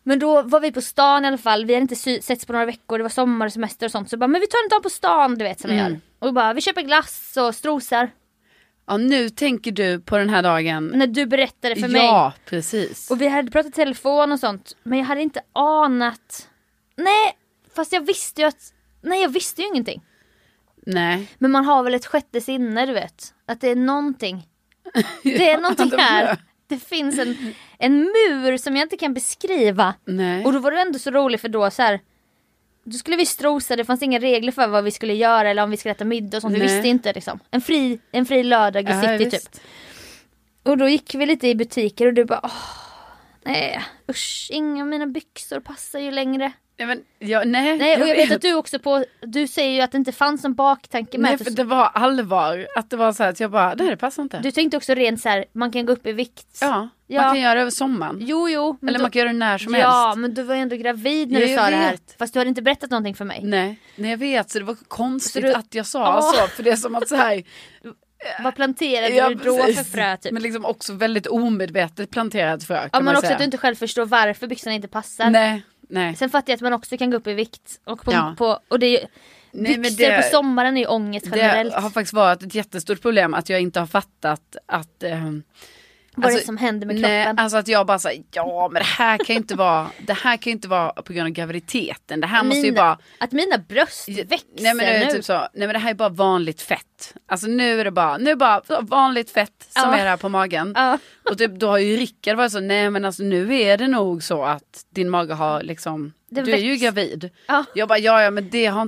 Speaker 3: Men då var vi på stan i alla fall. Vi hade inte setts på några veckor. Det var sommar och semester och sånt. Så bara, men vi tar en dag på stan, du vet som vi gör. Och bara, vi köper glass och strosar.
Speaker 4: Ja, nu tänker du på den här dagen.
Speaker 3: När du berättade för mig.
Speaker 4: Ja, precis.
Speaker 3: Och vi hade pratat i telefon och sånt. Men jag hade inte anat. Nej, fast jag visste ju att... Nej, jag visste ju ingenting.
Speaker 4: Nej.
Speaker 3: Men man har väl ett sjätte sinne, du vet. Att det är någonting. Det är någonting här. Det finns en mur som jag inte kan beskriva.
Speaker 4: Nej.
Speaker 3: Och då var det ändå så roligt för då så här... Då skulle vi strosa, det fanns inga regler för vad vi skulle göra eller om vi skulle äta middag och sånt. Vi visste inte liksom. En fri lördag i city typ. Och då gick vi lite i butiker och du bara, nej, usch, inga av mina byxor passar ju längre.
Speaker 4: Nej, men,
Speaker 3: nej, och jag vet att du också du säger ju att det inte fanns en baktanke med.
Speaker 4: Nej, för det var allvar. Att det var så här att jag bara, det passar inte.
Speaker 3: Du tänkte också rent så här, man kan gå upp i vikt.
Speaker 4: Ja, man kan göra det över sommaren.
Speaker 3: Jo.
Speaker 4: Eller man kan göra det när som helst.
Speaker 3: Ja, men du var ju ändå gravid när du sa det här. Fast du hade inte berättat någonting för mig.
Speaker 4: Nej, jag vet. Så det var konstigt att jag sa så. För det är som att så här...
Speaker 3: Vad planterade du då för frö typ?
Speaker 4: Men liksom också väldigt omedvetet planterat frö.
Speaker 3: Ja, men också att du inte själv förstår varför byxorna inte passar.
Speaker 4: Nej.
Speaker 3: Sen fattar jag att man också kan gå upp i vikt. Och det är ju... Byxor på sommaren är ju ångest generellt.
Speaker 4: Det har faktiskt varit ett jättestort problem att jag inte har fattat att...
Speaker 3: Vad är det som händer med kroppen?
Speaker 4: Nej, alltså att jag bara säger, men det här kan ju inte vara på grund av graviditeten. Det här måste ju bara...
Speaker 3: Att mina bröst växer
Speaker 4: nej, men det är
Speaker 3: nu.
Speaker 4: Typ så, nej men det här är bara vanligt fett. Alltså nu är det bara vanligt fett som är här på magen.
Speaker 3: Ja.
Speaker 4: Och typ, då har ju Rickard varit så, nej men alltså nu är det nog så att din mage har liksom... Du är ju gravid. Ja. Jag bara, ja men det har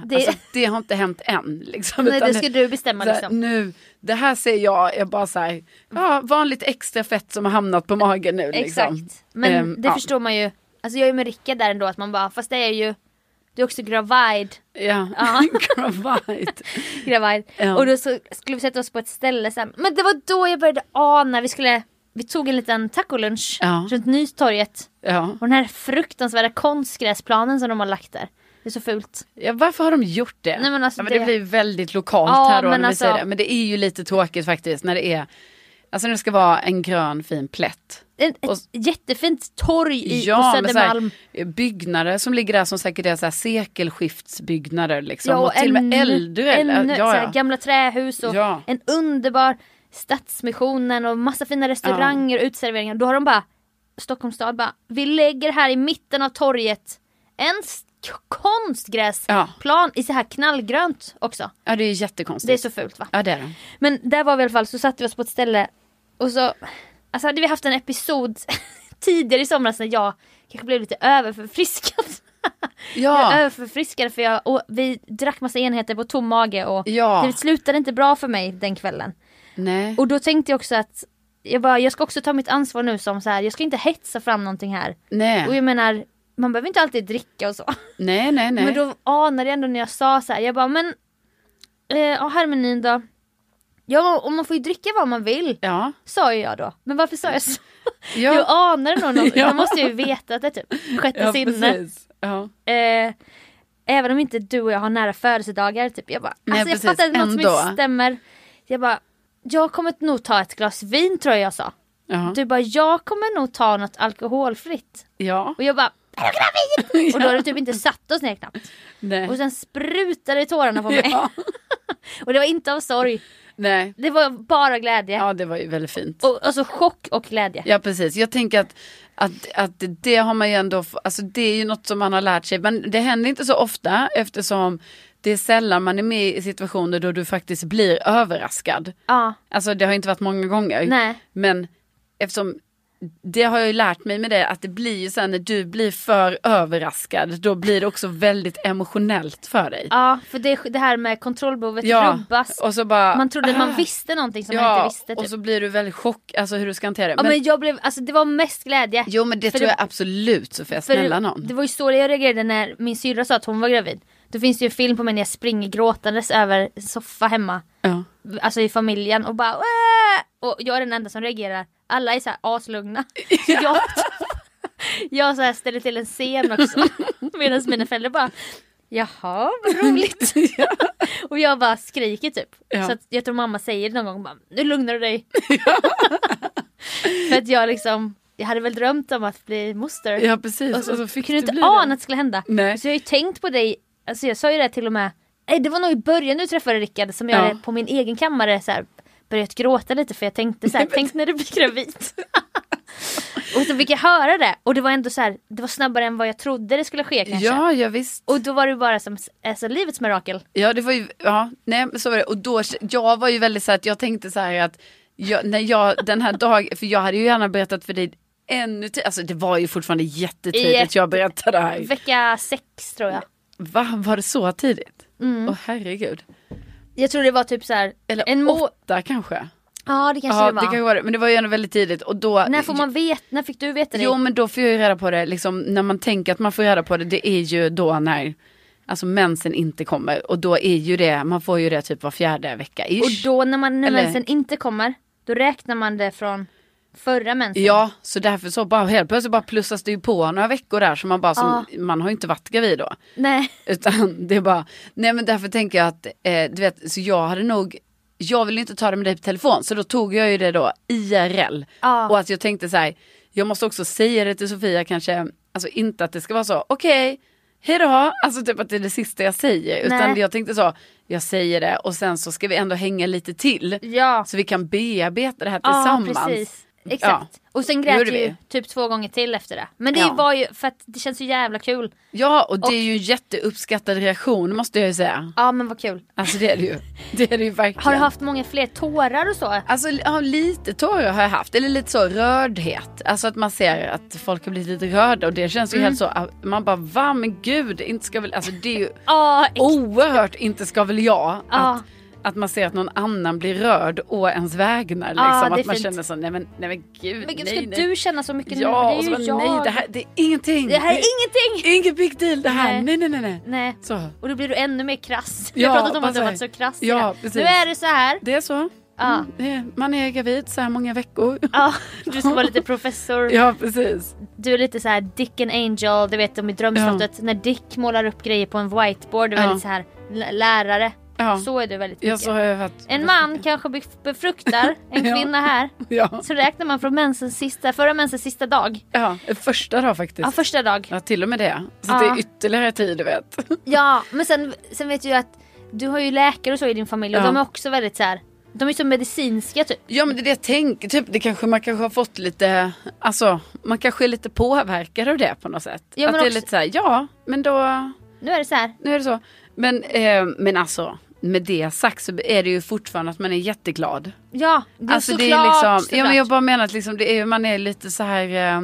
Speaker 4: inte hänt än. Liksom,
Speaker 3: nej, det ska du bestämma liksom.
Speaker 4: Nu, det här ser jag är bara så här, vanligt extra fett som har hamnat på magen nu. Liksom.
Speaker 3: Exakt, men det förstår man ju. Alltså jag är med Rickard där ändå, att man bara, fast det är ju, du är också gravid.
Speaker 4: Ja,
Speaker 3: gravid. Ja. Och då så skulle vi sätta oss på ett ställe sen. Men det var då jag började ana, vi tog en liten tacolunch runt Nytorget. Ja. Och den här fruktansvärda konstgräsplanen som de har lagt där. Det är så fult.
Speaker 4: Ja, varför har de gjort det?
Speaker 3: Nej, men alltså
Speaker 4: men det blir väldigt lokalt här då, när vi säger det. Men det är ju lite tråkigt faktiskt när det är... Alltså när det ska vara en grön fin plätt.
Speaker 3: Ett jättefint torg på Södermalm.
Speaker 4: Byggnader som ligger där som säkert är så här sekelskiftsbyggnader liksom. Och till och med äldre.
Speaker 3: Så här gamla trähus och en underbar Stadsmissionen och massa fina restauranger och utserveringar. Då har de bara, Stockholms stad bara, vi lägger här i mitten av torget en konstgräsplan i så här knallgrönt också. Ja, det är jättekonstigt. Det är så fult, va? Ja, det är det. Men där var vi i alla fall, så satte vi oss på ett ställe och så, alltså hade vi haft en episod tidigare i somras när jag kanske blev lite överförfriskad. Jag överförfriskad för vi drack massa enheter på tom mage och det slutade inte bra för mig den kvällen. Nej. Och då tänkte jag också att jag ska också ta mitt ansvar nu som så här, jag ska inte hetsa fram någonting här. Nej. Och jag menar, man behöver inte alltid dricka och så. Nej. Men då anade jag ändå när jag sa så här, jag bara, men här menyn då. Ja, och man får ju dricka vad man vill. Ja. Sa jag då. Men varför sa jag så? Ja. Jag anade nog. Man måste ju veta att det är typ sjätte sinne. Ja. Även om inte du och jag har nära födelsedagar typ. Jag bara, nej, jag fattar att något som inte stämmer. Jag bara, jag kommer nog ta ett glas vin, tror jag sa. Du bara, jag kommer nog ta något alkoholfritt. Ja. Och jag bara, är jag gravid? Och då har du typ inte satt oss ner knappt. Nej. Och sen sprutade tårarna på mig. Och det var inte av sorg. Nej. Det var bara glädje. Ja, det var ju väldigt fint. Och alltså chock och glädje. Ja, precis. Jag tänker att det har man ju ändå, alltså det är ju något som man har lärt sig. Men det händer inte så ofta, eftersom det är sällan man är med i situationer då du faktiskt blir överraskad. Ja. Alltså det har inte varit många gånger. Nej. Men eftersom det har jag ju lärt mig med det, att det blir ju sen när du blir för överraskad, då blir det också väldigt emotionellt för dig. Ja, för det här med kontrollbehovet rubbas. Och så bara, man trodde man visste någonting som man inte visste. Typ. Och så blir du väldigt chock, alltså hur du ska hantera det. Ja, men jag blev, alltså det var mest glädje. Jo, men det tror jag absolut, Sofia, snälla någon. Det var ju så jag reagerade när min syrra sa att hon var gravid. Då finns det ju en film på mig när jag springer gråtandes över en soffa hemma. Ja. Alltså i familjen och bara Wah! Och jag är den enda som reagerar. Alla är så här aslugna. Ja. Jag så här ställer till en scen också. Medan mina föräldrar bara, jaha, vad roligt. Ja. Och jag bara skriker typ. Ja. Så att jag tror mamma säger någon gång bara, nu lugnar du dig. Ja. För att jag liksom, jag hade väl drömt om att bli moster.
Speaker 4: Ja, precis.
Speaker 3: Och så
Speaker 4: fick
Speaker 3: kunde inte ana att det skulle hända.
Speaker 4: Nej.
Speaker 3: Så jag har ju tänkt på dig, alltså jag sa ju det till och med, det var nog i början du träffade Rickard som jag hade på min egen kammare så här, börjat gråta lite för jag tänkte så här, tänk när du blir gravid. Och så fick jag höra det och det var ändå så här, det var snabbare än vad jag trodde det skulle ske kanske.
Speaker 4: Ja, visst.
Speaker 3: Och då var det bara som alltså, livets mirakel.
Speaker 4: Ja, det var ju, nej, så var det. Och då, jag var ju väldigt så här att jag tänkte så här att den här dagen, för jag hade ju gärna berättat för dig ännu alltså det var ju fortfarande jättetidigt jag berättade det här.
Speaker 3: Vecka 6 tror jag.
Speaker 4: Va? Var det så tidigt? Herregud.
Speaker 3: Jag tror det var typ så här
Speaker 4: eller 8 kanske.
Speaker 3: Ja, det kanske det var.
Speaker 4: Det kan vara det. Men det var ju ändå väldigt tidigt. Och då,
Speaker 3: när får man veta? När fick du veta det?
Speaker 4: Jo, men då får jag ju reda på det. Liksom, när man tänker att man får reda på det, det är ju då när alltså mensen inte kommer. Och då är ju det, man får ju det typ var 4:e vecka. Ish.
Speaker 3: Och då när mensen inte kommer, då räknar man det från förra mensen.
Speaker 4: Ja, så därför så bara helt plötsligt bara plussas det ju på några veckor där. Så man bara, man har ju inte varit gravid då.
Speaker 3: Nej.
Speaker 4: Utan det är bara, nej men därför tänker jag att, du vet, så jag vill inte ta det med dig på telefon. Så då tog jag ju det då IRL. Och att jag tänkte så här, jag måste också säga det till Sofia kanske, alltså inte att det ska vara så, okej, hejdå. Alltså typ att det är det sista jag säger. Utan jag tänkte så, jag säger det och sen så ska vi ändå hänga lite till. Ja. Så vi kan bearbeta det här tillsammans.
Speaker 3: Ja, precis. Exakt. Ja. Och sen grät ju typ 2 gånger till efter det. Men det var ju för att det känns så jävla kul. Ja, och det är ju en jätteuppskattad reaktion måste jag ju säga. Ja, men vad kul. Alltså det är det ju. Det är det ju verkligen. Har du haft många fler tårar och så? Alltså ja, lite tårar har jag haft. Eller lite så rördhet. Alltså att man ser att folk har blivit lite rörda. Och det känns ju helt så. Man bara, va men gud, inte ska väl. Alltså det är ju oerhört inte ska väl jag. Att man ser att någon annan blir rörd och ens vägnar. Liksom. Att man fint. Känner så, nej men gud. Men gud, ska du känna så mycket nu? Ja, det är ju jag. Nej, det är ingenting. Det här är ingenting. Ingen big deal det här. Nej. Så. Och då blir du ännu mer krass. Vi har pratat om att du har varit så krass. Ja, precis. Nu är det så här. Det är så. Ja. Man är gravid så här många veckor. Ja, du ska vara lite professor. Ja, precis. Du är lite så här Dick and Angel. Du vet om i Drömslottet när Dick målar upp grejer på en whiteboard. Du är väldigt så här lärare. Ja. Så är det väldigt mycket. Ja, så har jag varit. En man kanske befruktar en kvinna här. Ja. Så räknar man från förra mensens sista dag. Ja, första dag faktiskt. Ja, första dag. Ja, till och med det. Så det är ytterligare tid, du vet. Ja, men sen vet du ju att du har ju läkare och så i din familj. Och de är också väldigt så här. De är så medicinska typ. Ja, men det är det jag tänker. Typ, man kanske har fått lite. Alltså, man kanske är lite påverkad av det på något sätt. Ja, att det är lite så här, ja, men då. Nu är det så här. Nu är det så. Men alltså, med det sagt så är det ju fortfarande att man är jätteglad. Ja, det är alltså, såklart. Det är liksom, ja, men jag bara menar att liksom, det är, man är lite så här.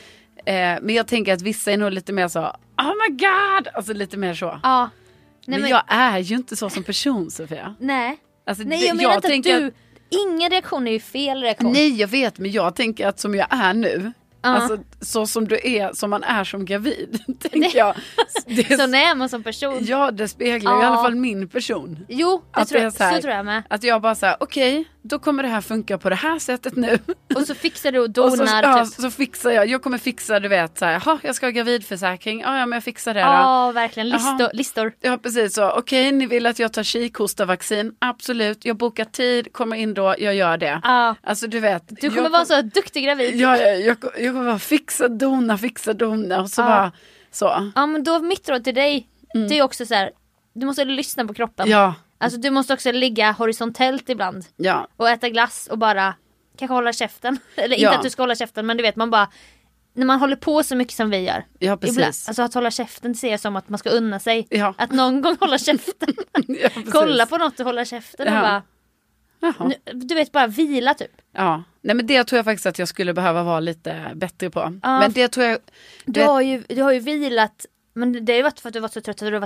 Speaker 3: Men jag tänker att vissa är nog lite mer så, oh my god, alltså lite mer så. Ja. Nej, men jag är ju inte så som person, Sofia. Nej. Alltså, nej, jag menar inte att du. Ingen reaktion är ju fel reaktion. Nej, jag vet, men jag tänker att som jag är nu. Alltså så som du är, som man är som gravid, tänker jag. Så när man som person. Ja, det speglar i alla fall min person. Jo, det tror jag, så tror jag med. Att jag bara säger, okej, då kommer det här funka på det här sättet nu. Och så fixar du och donar. Och så fixar jag. Jag kommer fixa, du vet, så här, jag ska ha gravidförsäkring. Ja, men jag fixar det då. Ja, verkligen. Listor. Ja, precis så. Okej, ni vill att jag tar kikhostavaccin? Absolut. Jag bokar tid, kommer in då, jag gör det. Alltså, du vet. Du kommer vara så duktig gravid. Ja, jag kommer bara fixa, dona och så bara så. Ja, men då mitt råd till dig, det är också så här, du måste lyssna på kroppen. Ja. Alltså du måste också ligga horisontellt ibland. Ja. Och äta glass och bara kanske hålla käften. Eller inte att du ska hålla käften, men du vet, man bara, när man håller på så mycket som vi gör. Ja, precis. Ibland, alltså att hålla käften ser jag som att man ska unna sig. Ja. Att någon gång hålla käften. Ja, kolla på något och hålla käften och bara. Nu, du vet, bara vila typ. Ja, nej men det tror jag faktiskt att jag skulle behöva vara lite bättre på. Men det tror jag. Du har ju vilat. Men det har ju varit för att du var så trött. Du har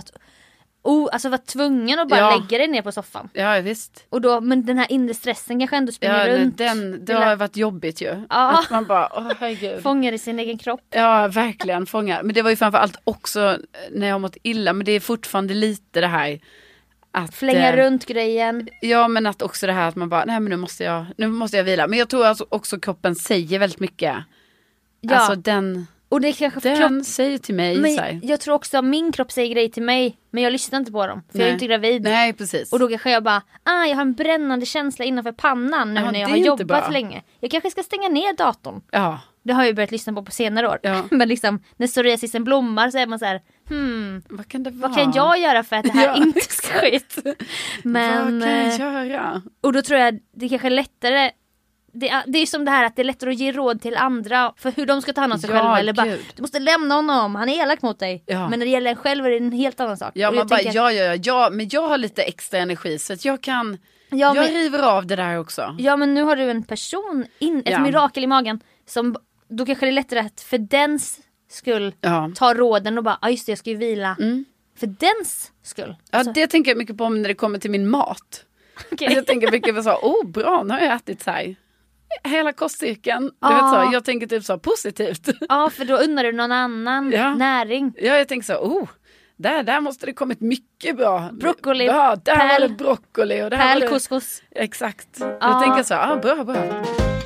Speaker 3: varit tvungen att bara lägga dig ner på soffan. Ja, visst. Och då, men den här inre stressen kanske ändå springer runt. Det har varit jobbigt ju. Ja. Att man bara, herregud. Fångar i sin egen kropp. Ja, verkligen fångar. Men det var ju framförallt också när jag har mått illa. Men det är fortfarande lite det här. Att, flänga runt grejen. Ja, men att också det här att man bara, nej men nu måste jag vila. Men jag tror att också kroppen säger väldigt mycket. Ja. Alltså och det kanske den säger till mig. Men jag tror också att min kropp säger grejer till mig. Men jag lyssnar inte på dem. För jag är inte gravid. Nej, precis. Och då kanske jag bara, jag har en brännande känsla innanför pannan nu när jag har jobbat länge. Jag kanske ska stänga ner datorn. Ja. Det har jag ju börjat lyssna på senare år. Ja. Men liksom, när psoriasisen blommar så är man så här,
Speaker 4: vad kan det vara?
Speaker 3: Vad kan jag göra för att det här inte ska ske? Men,
Speaker 4: vad kan jag göra?
Speaker 3: Och då tror jag det kanske är lättare. Det är ju som det här att det är lättare att ge råd till andra för hur de ska ta hand om sig själva. Eller bara, du måste lämna honom, han är elak mot dig. Ja. Men när det gäller en själv är det en helt annan sak.
Speaker 4: Ja, man bara, ja, men jag har lite extra energi så att jag kan... jag river av det där också.
Speaker 3: Ja, men nu har du en person, ett mirakel i magen. Som, då kanske det är lättare att för dens skull ta råden och bara, just det, jag ska ju vila. För dens skull.
Speaker 4: Ja, det tänker jag mycket på när det kommer till min mat. Okay. Jag tänker mycket på så, bra, nu har jag ätit så här. Hela kostcirkeln. Du vet så, jag tänker typ så positivt.
Speaker 3: Ja, för då undrar du någon annan näring.
Speaker 4: Ja, jag tänker så, där måste det kommit mycket bra.
Speaker 3: Broccoli.
Speaker 4: Ja, där var det broccoli. Och där
Speaker 3: pärlcouscous.
Speaker 4: Exakt. Jag tänker så, bra.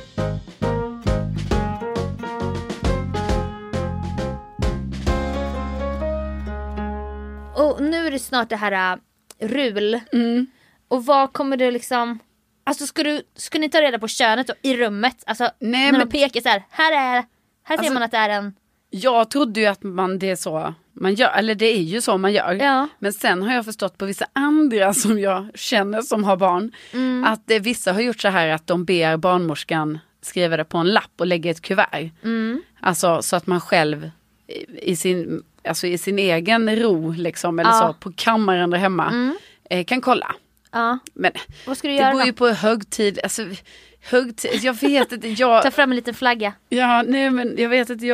Speaker 3: Och nu är det snart det här rul. Och vad kommer du liksom... Alltså ska ni ta reda på könet då, i rummet? Alltså när de pekar så här ser man att det är en...
Speaker 4: Jag trodde ju att det är så man gör, eller det är ju så man gör. Ja. Men sen har jag förstått på vissa andra som jag känner som har barn att vissa har gjort så här att de ber barnmorskan skriva det på en lapp och lägga ett kuvert. Alltså så att man själv i sin egen ro liksom, eller så på kammaren där hemma kan kolla.
Speaker 3: Ja.
Speaker 4: Men
Speaker 3: vad ska du göra?
Speaker 4: Det går ju på högtid. Alltså, jag vet inte.
Speaker 3: Ta fram en liten flagga.
Speaker 4: Ja, nej men jag vet att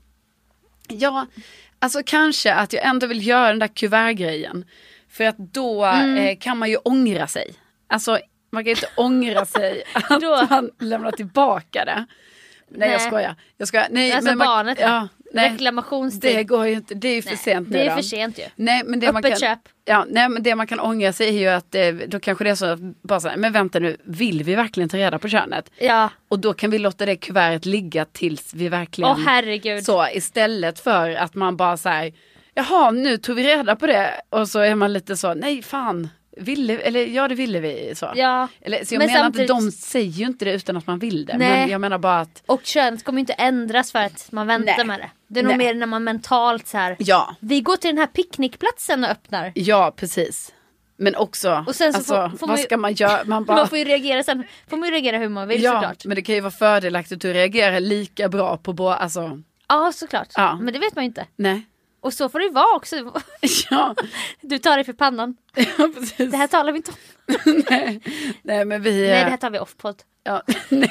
Speaker 4: alltså kanske att jag ändå vill göra den där kuvertgrejen. För att då kan man ju ångra sig. Alltså man kan ju inte ångra sig att man lämnar tillbaka det. Nej, jag skojar. Nej,
Speaker 3: alltså
Speaker 4: men
Speaker 3: barnet. Reklamationstid.
Speaker 4: Det går ju inte. Det är ju för sent nu.
Speaker 3: Det är för sent ju.
Speaker 4: Nej, men det man kan,
Speaker 3: köp.
Speaker 4: Ja, nej, men det man kan ångra sig är ju att då kanske det är så att bara så här, men vänta nu, vill vi verkligen ta reda på könet?
Speaker 3: Ja.
Speaker 4: Och då kan vi låta det kuvertet ligga tills vi verkligen...
Speaker 3: herregud.
Speaker 4: Så istället för att man bara så här, jaha, nu tog vi reda på det. Och så är man lite så, nej fan. Det ville vi så. Ja. Så jag menar samtidigt... att de säger ju inte det utan att man vill det. Nej. Men jag menar bara att...
Speaker 3: Och könet kommer inte ändras för att man väntar med det. Det är nog mer när man mentalt så här. Ja. Vi går till den här picknickplatsen och öppnar.
Speaker 4: Ja, precis. Men också, och sen så alltså, vad ska man göra?
Speaker 3: Man får ju reagera sen. Får man ju reagera hur man vill såklart.
Speaker 4: Men det kan ju vara fördelaktigt att reagera lika bra på båda. Alltså...
Speaker 3: Ja, såklart. Ja. Men det vet man ju inte.
Speaker 4: Nej.
Speaker 3: Och så får det vara också. Ja. Du tar det för pannan.
Speaker 4: Ja, precis.
Speaker 3: Det här talar vi inte om.
Speaker 4: Nej, men vi...
Speaker 3: Nej, det här tar vi off-podd.
Speaker 4: Ja, nej.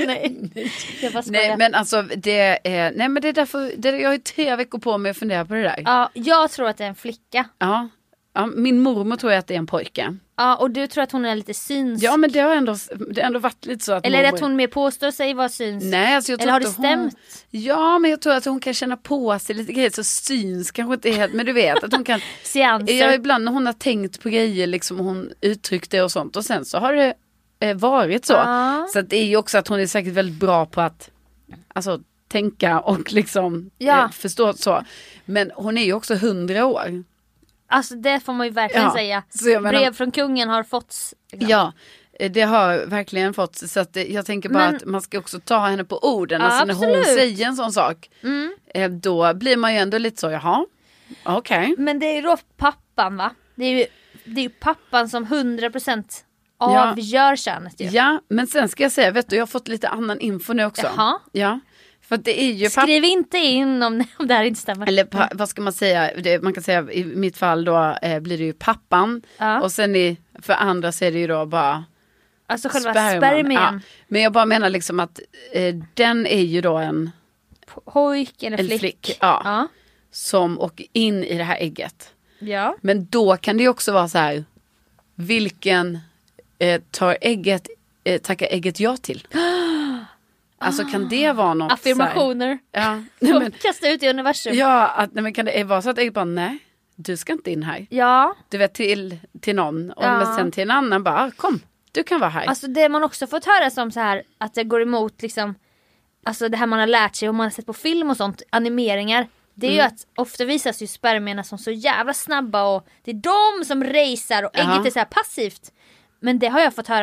Speaker 4: Nej, men alltså det är... Nej, men det är därför... jag har ju 3 veckor på mig att fundera på det där.
Speaker 3: Ja, jag tror att det är en flicka.
Speaker 4: Ja, min mormor tror jag att det är en pojke.
Speaker 3: Ja, och du tror att hon är lite synsk.
Speaker 4: Ja, men det har ändå varit lite så att...
Speaker 3: Eller är det att hon mer påstår sig vara synsk?
Speaker 4: Nej, alltså jag tror. Eller
Speaker 3: har det stämt?
Speaker 4: Ja, men jag tror att hon kan känna på sig lite grejer. Så synsk kanske inte är helt... Men du vet att hon kan...
Speaker 3: Seanser.
Speaker 4: Ja, ibland när hon har tänkt på grejer liksom, hon uttryckt det och sånt. Och sen så har det varit så. Så att det är ju också att hon är säkert väldigt bra på att alltså, tänka och liksom förstå så. Men hon är ju också 100 år.
Speaker 3: Alltså det får man ju verkligen säga. Brev från kungen har fått. Liksom.
Speaker 4: Ja, det har verkligen fått. Så att jag tänker bara att man ska också ta henne på orden. Ja, alltså när hon säger en sån sak. Då blir man ju ändå lite så, jaha, okej. Okay.
Speaker 3: Men det är ju då pappan, va? Det är ju pappan som 100% avgör könet ju.
Speaker 4: Ja, men sen ska jag säga, vet du, jag har fått lite annan info nu också.
Speaker 3: Jaha.
Speaker 4: Ja. För det är ju
Speaker 3: skriv inte in om det här inte stämmer.
Speaker 4: Eller vad ska man säga? Man kan säga i mitt fall då blir det ju pappan. Och sen för andra så är det ju då bara
Speaker 3: alltså själva spermien. Ja.
Speaker 4: Men jag bara menar liksom att den är ju då en
Speaker 3: pojk eller flick.
Speaker 4: Ja. Som åker in i det här ägget.
Speaker 3: Ja.
Speaker 4: Men då kan det ju också vara så här, vilken tackar ägget ja till? Alltså kan det vara något
Speaker 3: affirmationer.
Speaker 4: Ja.
Speaker 3: Kasta ut i universum.
Speaker 4: Ja, men kan det vara så att jag bara nej, du ska inte in här.
Speaker 3: Ja.
Speaker 4: Du vet till någon och sen till en annan bara kom, du kan vara här.
Speaker 3: Alltså det man också fått höra som så här att det går emot liksom alltså det här man har lärt sig och man har sett på film och sånt, animeringar. Det är ju att ofta visas ju spermierna som så jävla snabba och det är de som racear och ägget är så här passivt. Men det har jag fått höra nu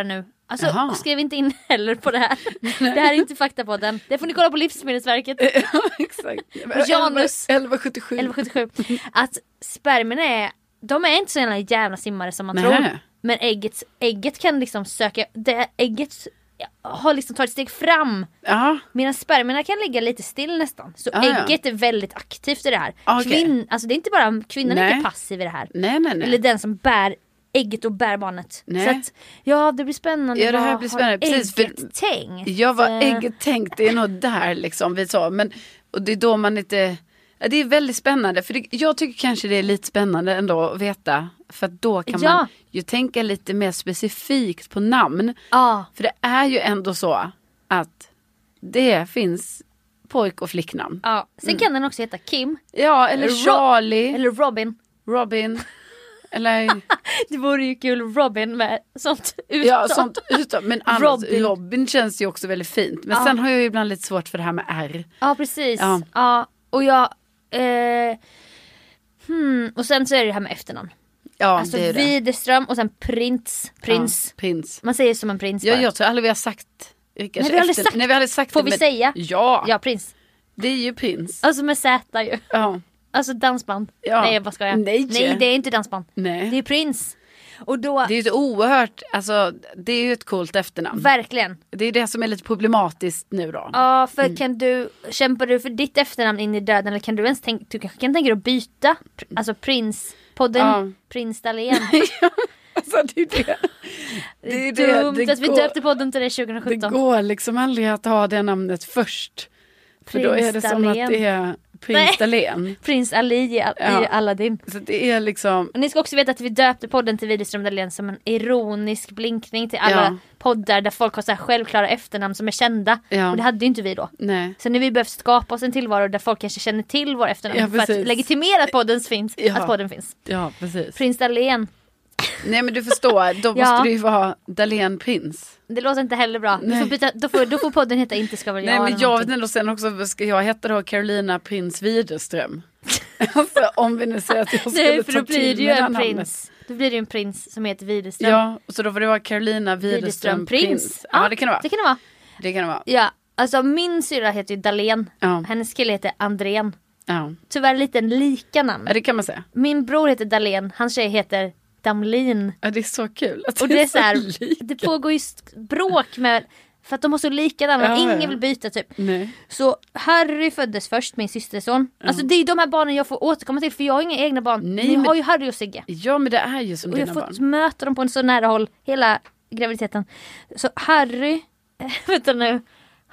Speaker 3: Alltså skriv inte in heller på det här. Det här är inte Faktapodden. Det får ni kolla på Livsmedelsverket.
Speaker 4: Exakt.
Speaker 3: Janus
Speaker 4: 1177.
Speaker 3: Att spermierna de är inte så jävla simmare som man tror. Men ägget kan liksom söka, ägget har liksom tagit ett steg fram. Medan spermierna kan ligga lite still nästan. Så ägget är väldigt aktivt i det här. Alltså det är inte bara kvinnan är inte passiv i det här.
Speaker 4: Nej.
Speaker 3: Eller den som bär ägget och bär barnet. Så att, det blir spännande.
Speaker 4: Ja, det här blir spännande. Precis,
Speaker 3: ägget tänkt.
Speaker 4: Ja, vad ägget tänkt, det är nog där liksom vi sa. Men, och det är då man inte... Ja, det är väldigt spännande. För jag tycker kanske det är lite spännande ändå att veta. För att då kan man ju tänka lite mer specifikt på namn. För det är ju ändå så att det finns pojk- och flicknamn.
Speaker 3: Sen kan den också heta Kim.
Speaker 4: Ja, eller Charlie.
Speaker 3: Eller Robin.
Speaker 4: Eller...
Speaker 3: Det vore ju kul Robin med sånt uttal.
Speaker 4: Ja, sånt uttal. Men annars, Robin känns ju också väldigt fint. Men sen har jag ju ibland lite svårt för det här med R.
Speaker 3: Ja, precis. Ja, och jag... och sen så är det här med efternamn. Ja, alltså det är det. Widerström och sen prins. Man säger som en prins.
Speaker 4: Ja, jag tror aldrig vi har sagt.
Speaker 3: Nej, vi har aldrig sagt. Får vi säga?
Speaker 4: Ja,
Speaker 3: prins.
Speaker 4: Det är ju prins.
Speaker 3: Alltså med Z ju.
Speaker 4: Ja.
Speaker 3: Alltså dansband. Nej, vad ska jag? Nej, det är inte dansband.
Speaker 4: Nej.
Speaker 3: Det är prins. Och då...
Speaker 4: Det är ju ett oerhört, alltså det är ju ett coolt efternamn.
Speaker 3: Verkligen.
Speaker 4: Det är det som är lite problematiskt nu då.
Speaker 3: Ja, för kämpar du för ditt efternamn in i döden, eller kan du ens du kanske kan tänka dig att byta, alltså Prinspodden, Prins Dahlén.
Speaker 4: Alltså det är det.
Speaker 3: Det är dumt att vi döpte podden till det 2017.
Speaker 4: Det går liksom aldrig att ha det namnet först. För då är det som att det är Prins Dahlén.
Speaker 3: Prins Ali i Aladdin.
Speaker 4: Så det är liksom...
Speaker 3: Och ni ska också veta att vi döpte podden till Widerström Dahlén som en ironisk blinkning till alla poddar där folk har så här självklara efternamn som är kända. Och det hade ju inte vi då.
Speaker 4: Nej.
Speaker 3: Så när vi behövt skapa oss en tillvaro där folk kanske känner till vår efternamn för att legitimera att podden finns. Att podden finns.
Speaker 4: Ja, precis.
Speaker 3: Prins Dahlén.
Speaker 4: Nej, men du förstår, då måste det ju vara Dahlén Prins.
Speaker 3: Det låter inte heller bra. Då får podden heta Inte ska väl jag.
Speaker 4: Nej, men jag vet ändå sen också, ska jag heta då Carolina Prins Widerström? Alltså, om vi nu säger att jag skulle ta till med den namnet.
Speaker 3: Då blir det ju en prins som heter Widerström.
Speaker 4: Ja, och så då får det vara Carolina Widerström Prins. Ja, det kan det vara. Det kan det vara.
Speaker 3: Ja, alltså min syra heter ju Dahlén. Hennes kille heter Andrén. Tyvärr lite lika namn.
Speaker 4: Ja, det kan man säga.
Speaker 3: Min bror heter Dahlén, hans tjej heter Damlin.
Speaker 4: Ja, det är så kul.
Speaker 3: Och det är så här, det pågår ju bråk med, för att de har så lika namn. Ingen vill byta typ.
Speaker 4: Nej.
Speaker 3: Så Harry föddes först, min systerson. Alltså det är de här barnen jag får återkomma till, för jag har inga egna barn. Ni har ju Harry och Sigge.
Speaker 4: Ja, men det är ju som dina barn. Och jag har fått möta
Speaker 3: dem på en så nära håll hela graviditeten. Så Harry, vänta nu,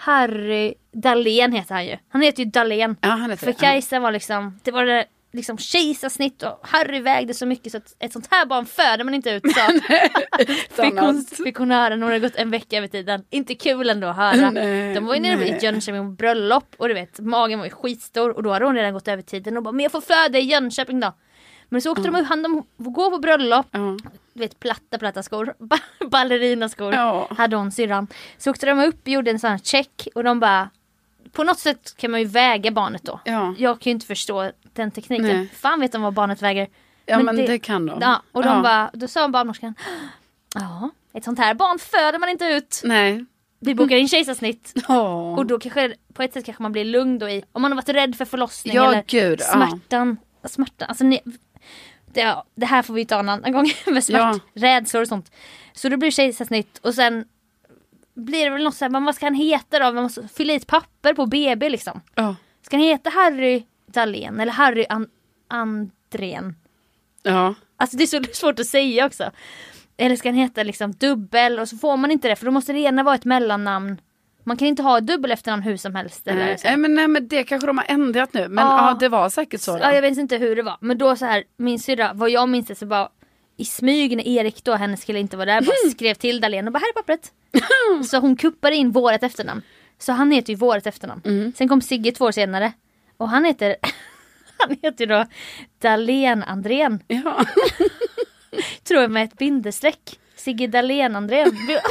Speaker 3: Harry Dahlén heter han ju. Han heter ju Dahlén.
Speaker 4: Ja, han heter
Speaker 3: för Kajsa var liksom, det var det liksom kejsarsnitt och Harry vägde så mycket så att ett sånt här barn föder man inte ut så. fick hon höra när det gått en vecka över tiden. Inte kul ändå att höra. De var ju nere i Jönköping på bröllop och du vet, magen var ju skitstor och då hade hon redan gått över tiden och bara, men jag får föda i Jönköping då. Men så åkte de ut, de gå på bröllop, du vet, platta skor, ballerinaskor hade hon, syrran. Så åkte de upp och gjorde en sån här check och de bara, på något sätt kan man ju väga barnet då. Jag kan ju inte förstå den tekniken. Nej. Fan vet de vad barnet väger.
Speaker 4: Ja, men det kan de.
Speaker 3: Ja, och de bara, då sa barnmorskan, ett sånt här barn föder man inte ut.
Speaker 4: Nej.
Speaker 3: Vi bokar in kejsarsnitt. Och då kanske, på ett sätt kanske man blir lugn då i, om man har varit rädd för förlossning eller smärtan. Alltså det här får vi ta en annan gång med rädslor och sånt. Så då blir kejsarsnitt och sen blir det väl något så här, vad ska han heta då? Man måste fylla i ett papper på BB liksom. Ska han heta Harry Dahlén eller Harry Andrén?
Speaker 4: Ja.
Speaker 3: Alltså det är så svårt att säga också. Eller ska han heta liksom dubbel, och så får man inte det för då måste det ena vara ett mellannamn. Man kan inte ha dubbel efternamn hur som helst. Eller
Speaker 4: nej, men det kanske de har ändrat nu. Men det var säkert så.
Speaker 3: Ja, jag vet inte hur det var. Men då så här, min syrra, vad jag minns det så bara i smyg när Erik då, hennes kille inte var där, bara skrev till Dahlén och bara, här är pappret. Så hon kuppade in vårat efternamn. Så han heter ju vårat efternamn. Sen kom Sigge 2 år senare. Och han heter då Dahlén Andrén.
Speaker 4: Ja.
Speaker 3: Tror jag med ett bindestreck. Sigge Dahlén Andrén.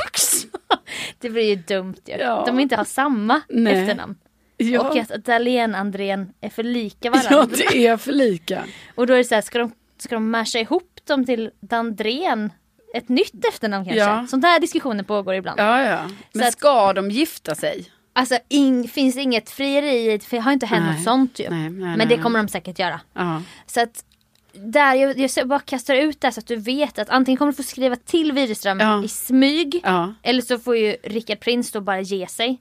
Speaker 3: Det blir ju dumt ju. Ja. De vill inte ha samma efternamn. Ja. Och att Dahlén Andrén är för lika varandra.
Speaker 4: Ja, det är för lika.
Speaker 3: Och då är det så här, ska de masha ihop dem till Dandrén? ett nytt efternamn kanske.
Speaker 4: Ja.
Speaker 3: Sånt här diskussioner pågår ibland.
Speaker 4: Ja. Men ska de gifta sig?
Speaker 3: Alltså finns inget frieri, för det har inte hänt något sånt ju. Men det kommer de säkert göra. Så att där jag bara kastar ut det så att du vet att antingen kommer du få skriva till Widerström i smyg. Eller så får ju Rickard Prins då bara ge sig.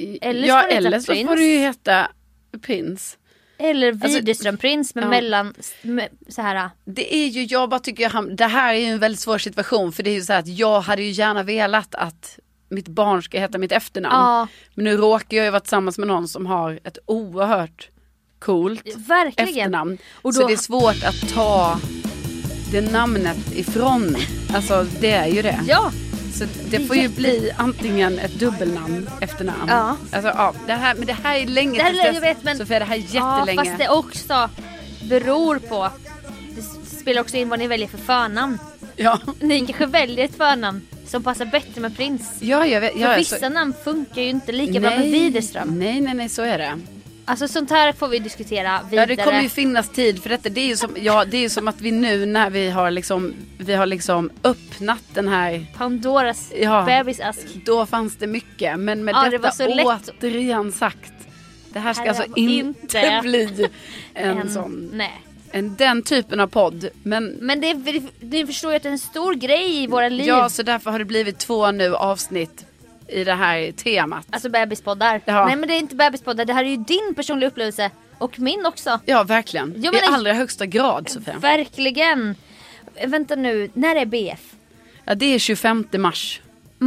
Speaker 4: Eller så får du ju heta Prins.
Speaker 3: Eller Widerström Prins med så här.
Speaker 4: Det är ju, jag bara tycker det här är ju en väldigt svår situation. För det är ju så här att jag hade ju gärna velat att mitt barn ska heta mitt efternamn. Men nu råkar jag ju vara tillsammans med någon som har ett oerhört coolt efternamn. Och då... Så det är svårt att ta det namnet ifrån. Alltså det är ju det.
Speaker 3: Ja.
Speaker 4: Så det får ju bli antingen ett dubbelnamn, efternamn. Ja. Alltså, det här är länge
Speaker 3: det här, jag vet, men...
Speaker 4: Så för det här är jättelänge.
Speaker 3: Ja, fast det också beror på. Det spelar också in vad ni väljer för förnamn.
Speaker 4: Ja.
Speaker 3: Ni kanske väljer ett förnamn som passar bättre med Prins.
Speaker 4: Ja, jag vet.
Speaker 3: För vissa namn funkar ju inte lika bra med Widerström.
Speaker 4: Nej, så är det.
Speaker 3: Alltså sånt här får vi diskutera vidare.
Speaker 4: Ja, det kommer ju finnas tid för detta. Det är ju som att vi nu när vi har liksom öppnat den här
Speaker 3: Pandoras bebisask.
Speaker 4: Då fanns det mycket. Men med detta återigen sagt. Det här ska alltså inte bli en sån...
Speaker 3: Nej.
Speaker 4: Den typen av podd. Men
Speaker 3: det förstår ju att det är en stor grej i våra liv.
Speaker 4: Ja, så därför har det blivit 2 nu avsnitt i det här temat.
Speaker 3: Alltså bebispoddar. Ja. Nej, men det är inte bebispoddar. Det här är ju din personliga upplevelse. Och min också.
Speaker 4: Ja, verkligen. I allra högsta grad, Sofia.
Speaker 3: Verkligen. Vänta nu, när är BF?
Speaker 4: Ja, det är 25 mars.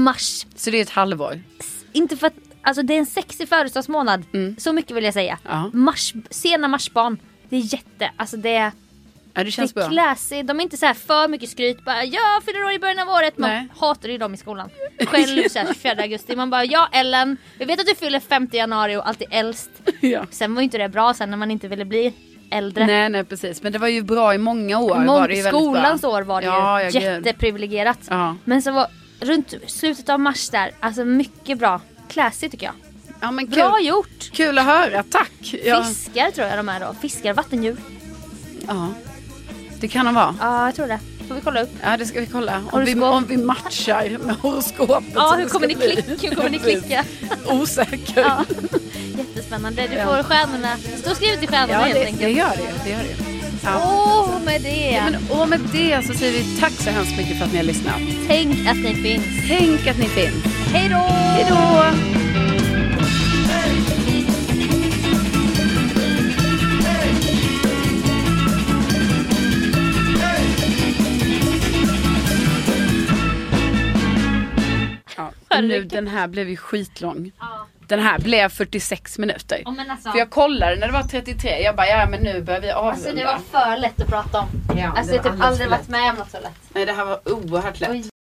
Speaker 4: Så det är ett halvår.
Speaker 3: Inte för att, alltså det är en sexig födelsedagsmånad. Så mycket vill jag säga. Sena marsbarn. Det är alltså det
Speaker 4: känns bra.
Speaker 3: Classy. De är inte så här för mycket skryt. Bara, jag fyller år i början av året. Man hatar ju dem i skolan. Själv så här 24 augusti. Man bara, Ellen. Vi vet att du fyller 5 januari och alltid äldst. Sen var ju inte det bra sen när man inte ville bli äldre.
Speaker 4: Nej, precis. Men det var ju bra i många år.
Speaker 3: Var det ju skolans år var det ju jätteprivilegierat. Men så var runt slutet av mars där. Alltså mycket bra. Classy tycker jag.
Speaker 4: Ja, men
Speaker 3: bra gjort.
Speaker 4: Kul att höra, tack.
Speaker 3: Fiskar tror jag de är då. Fiskar, vattendjur.
Speaker 4: Ja, det kan de vara.
Speaker 3: Ja, jag tror det. Får vi kolla upp?
Speaker 4: Ja, det ska vi kolla. Om vi matchar med horoskopet.
Speaker 3: Ja, hur kommer ni klicka?
Speaker 4: Osäker.
Speaker 3: Ja. Jättespännande. Du får stjärnorna. Det står skrivet i stjärnorna helt enkelt.
Speaker 4: Det gör det.
Speaker 3: Ja. Med det.
Speaker 4: Ja, men med det så säger vi tack så hemskt mycket för att ni har lyssnat.
Speaker 3: Tänk att ni finns. Hej då.
Speaker 4: Hej då. Nu, den här blev ju skitlång. Den här blev 46 minuter.
Speaker 3: Alltså,
Speaker 4: för jag kollade när det var 33. Jag bara, men nu börjar vi avrunda.
Speaker 3: Alltså det var för lätt att prata om. Alltså jag har typ aldrig varit med om något så lätt.
Speaker 4: Nej, det här var oerhört lätt. Oj.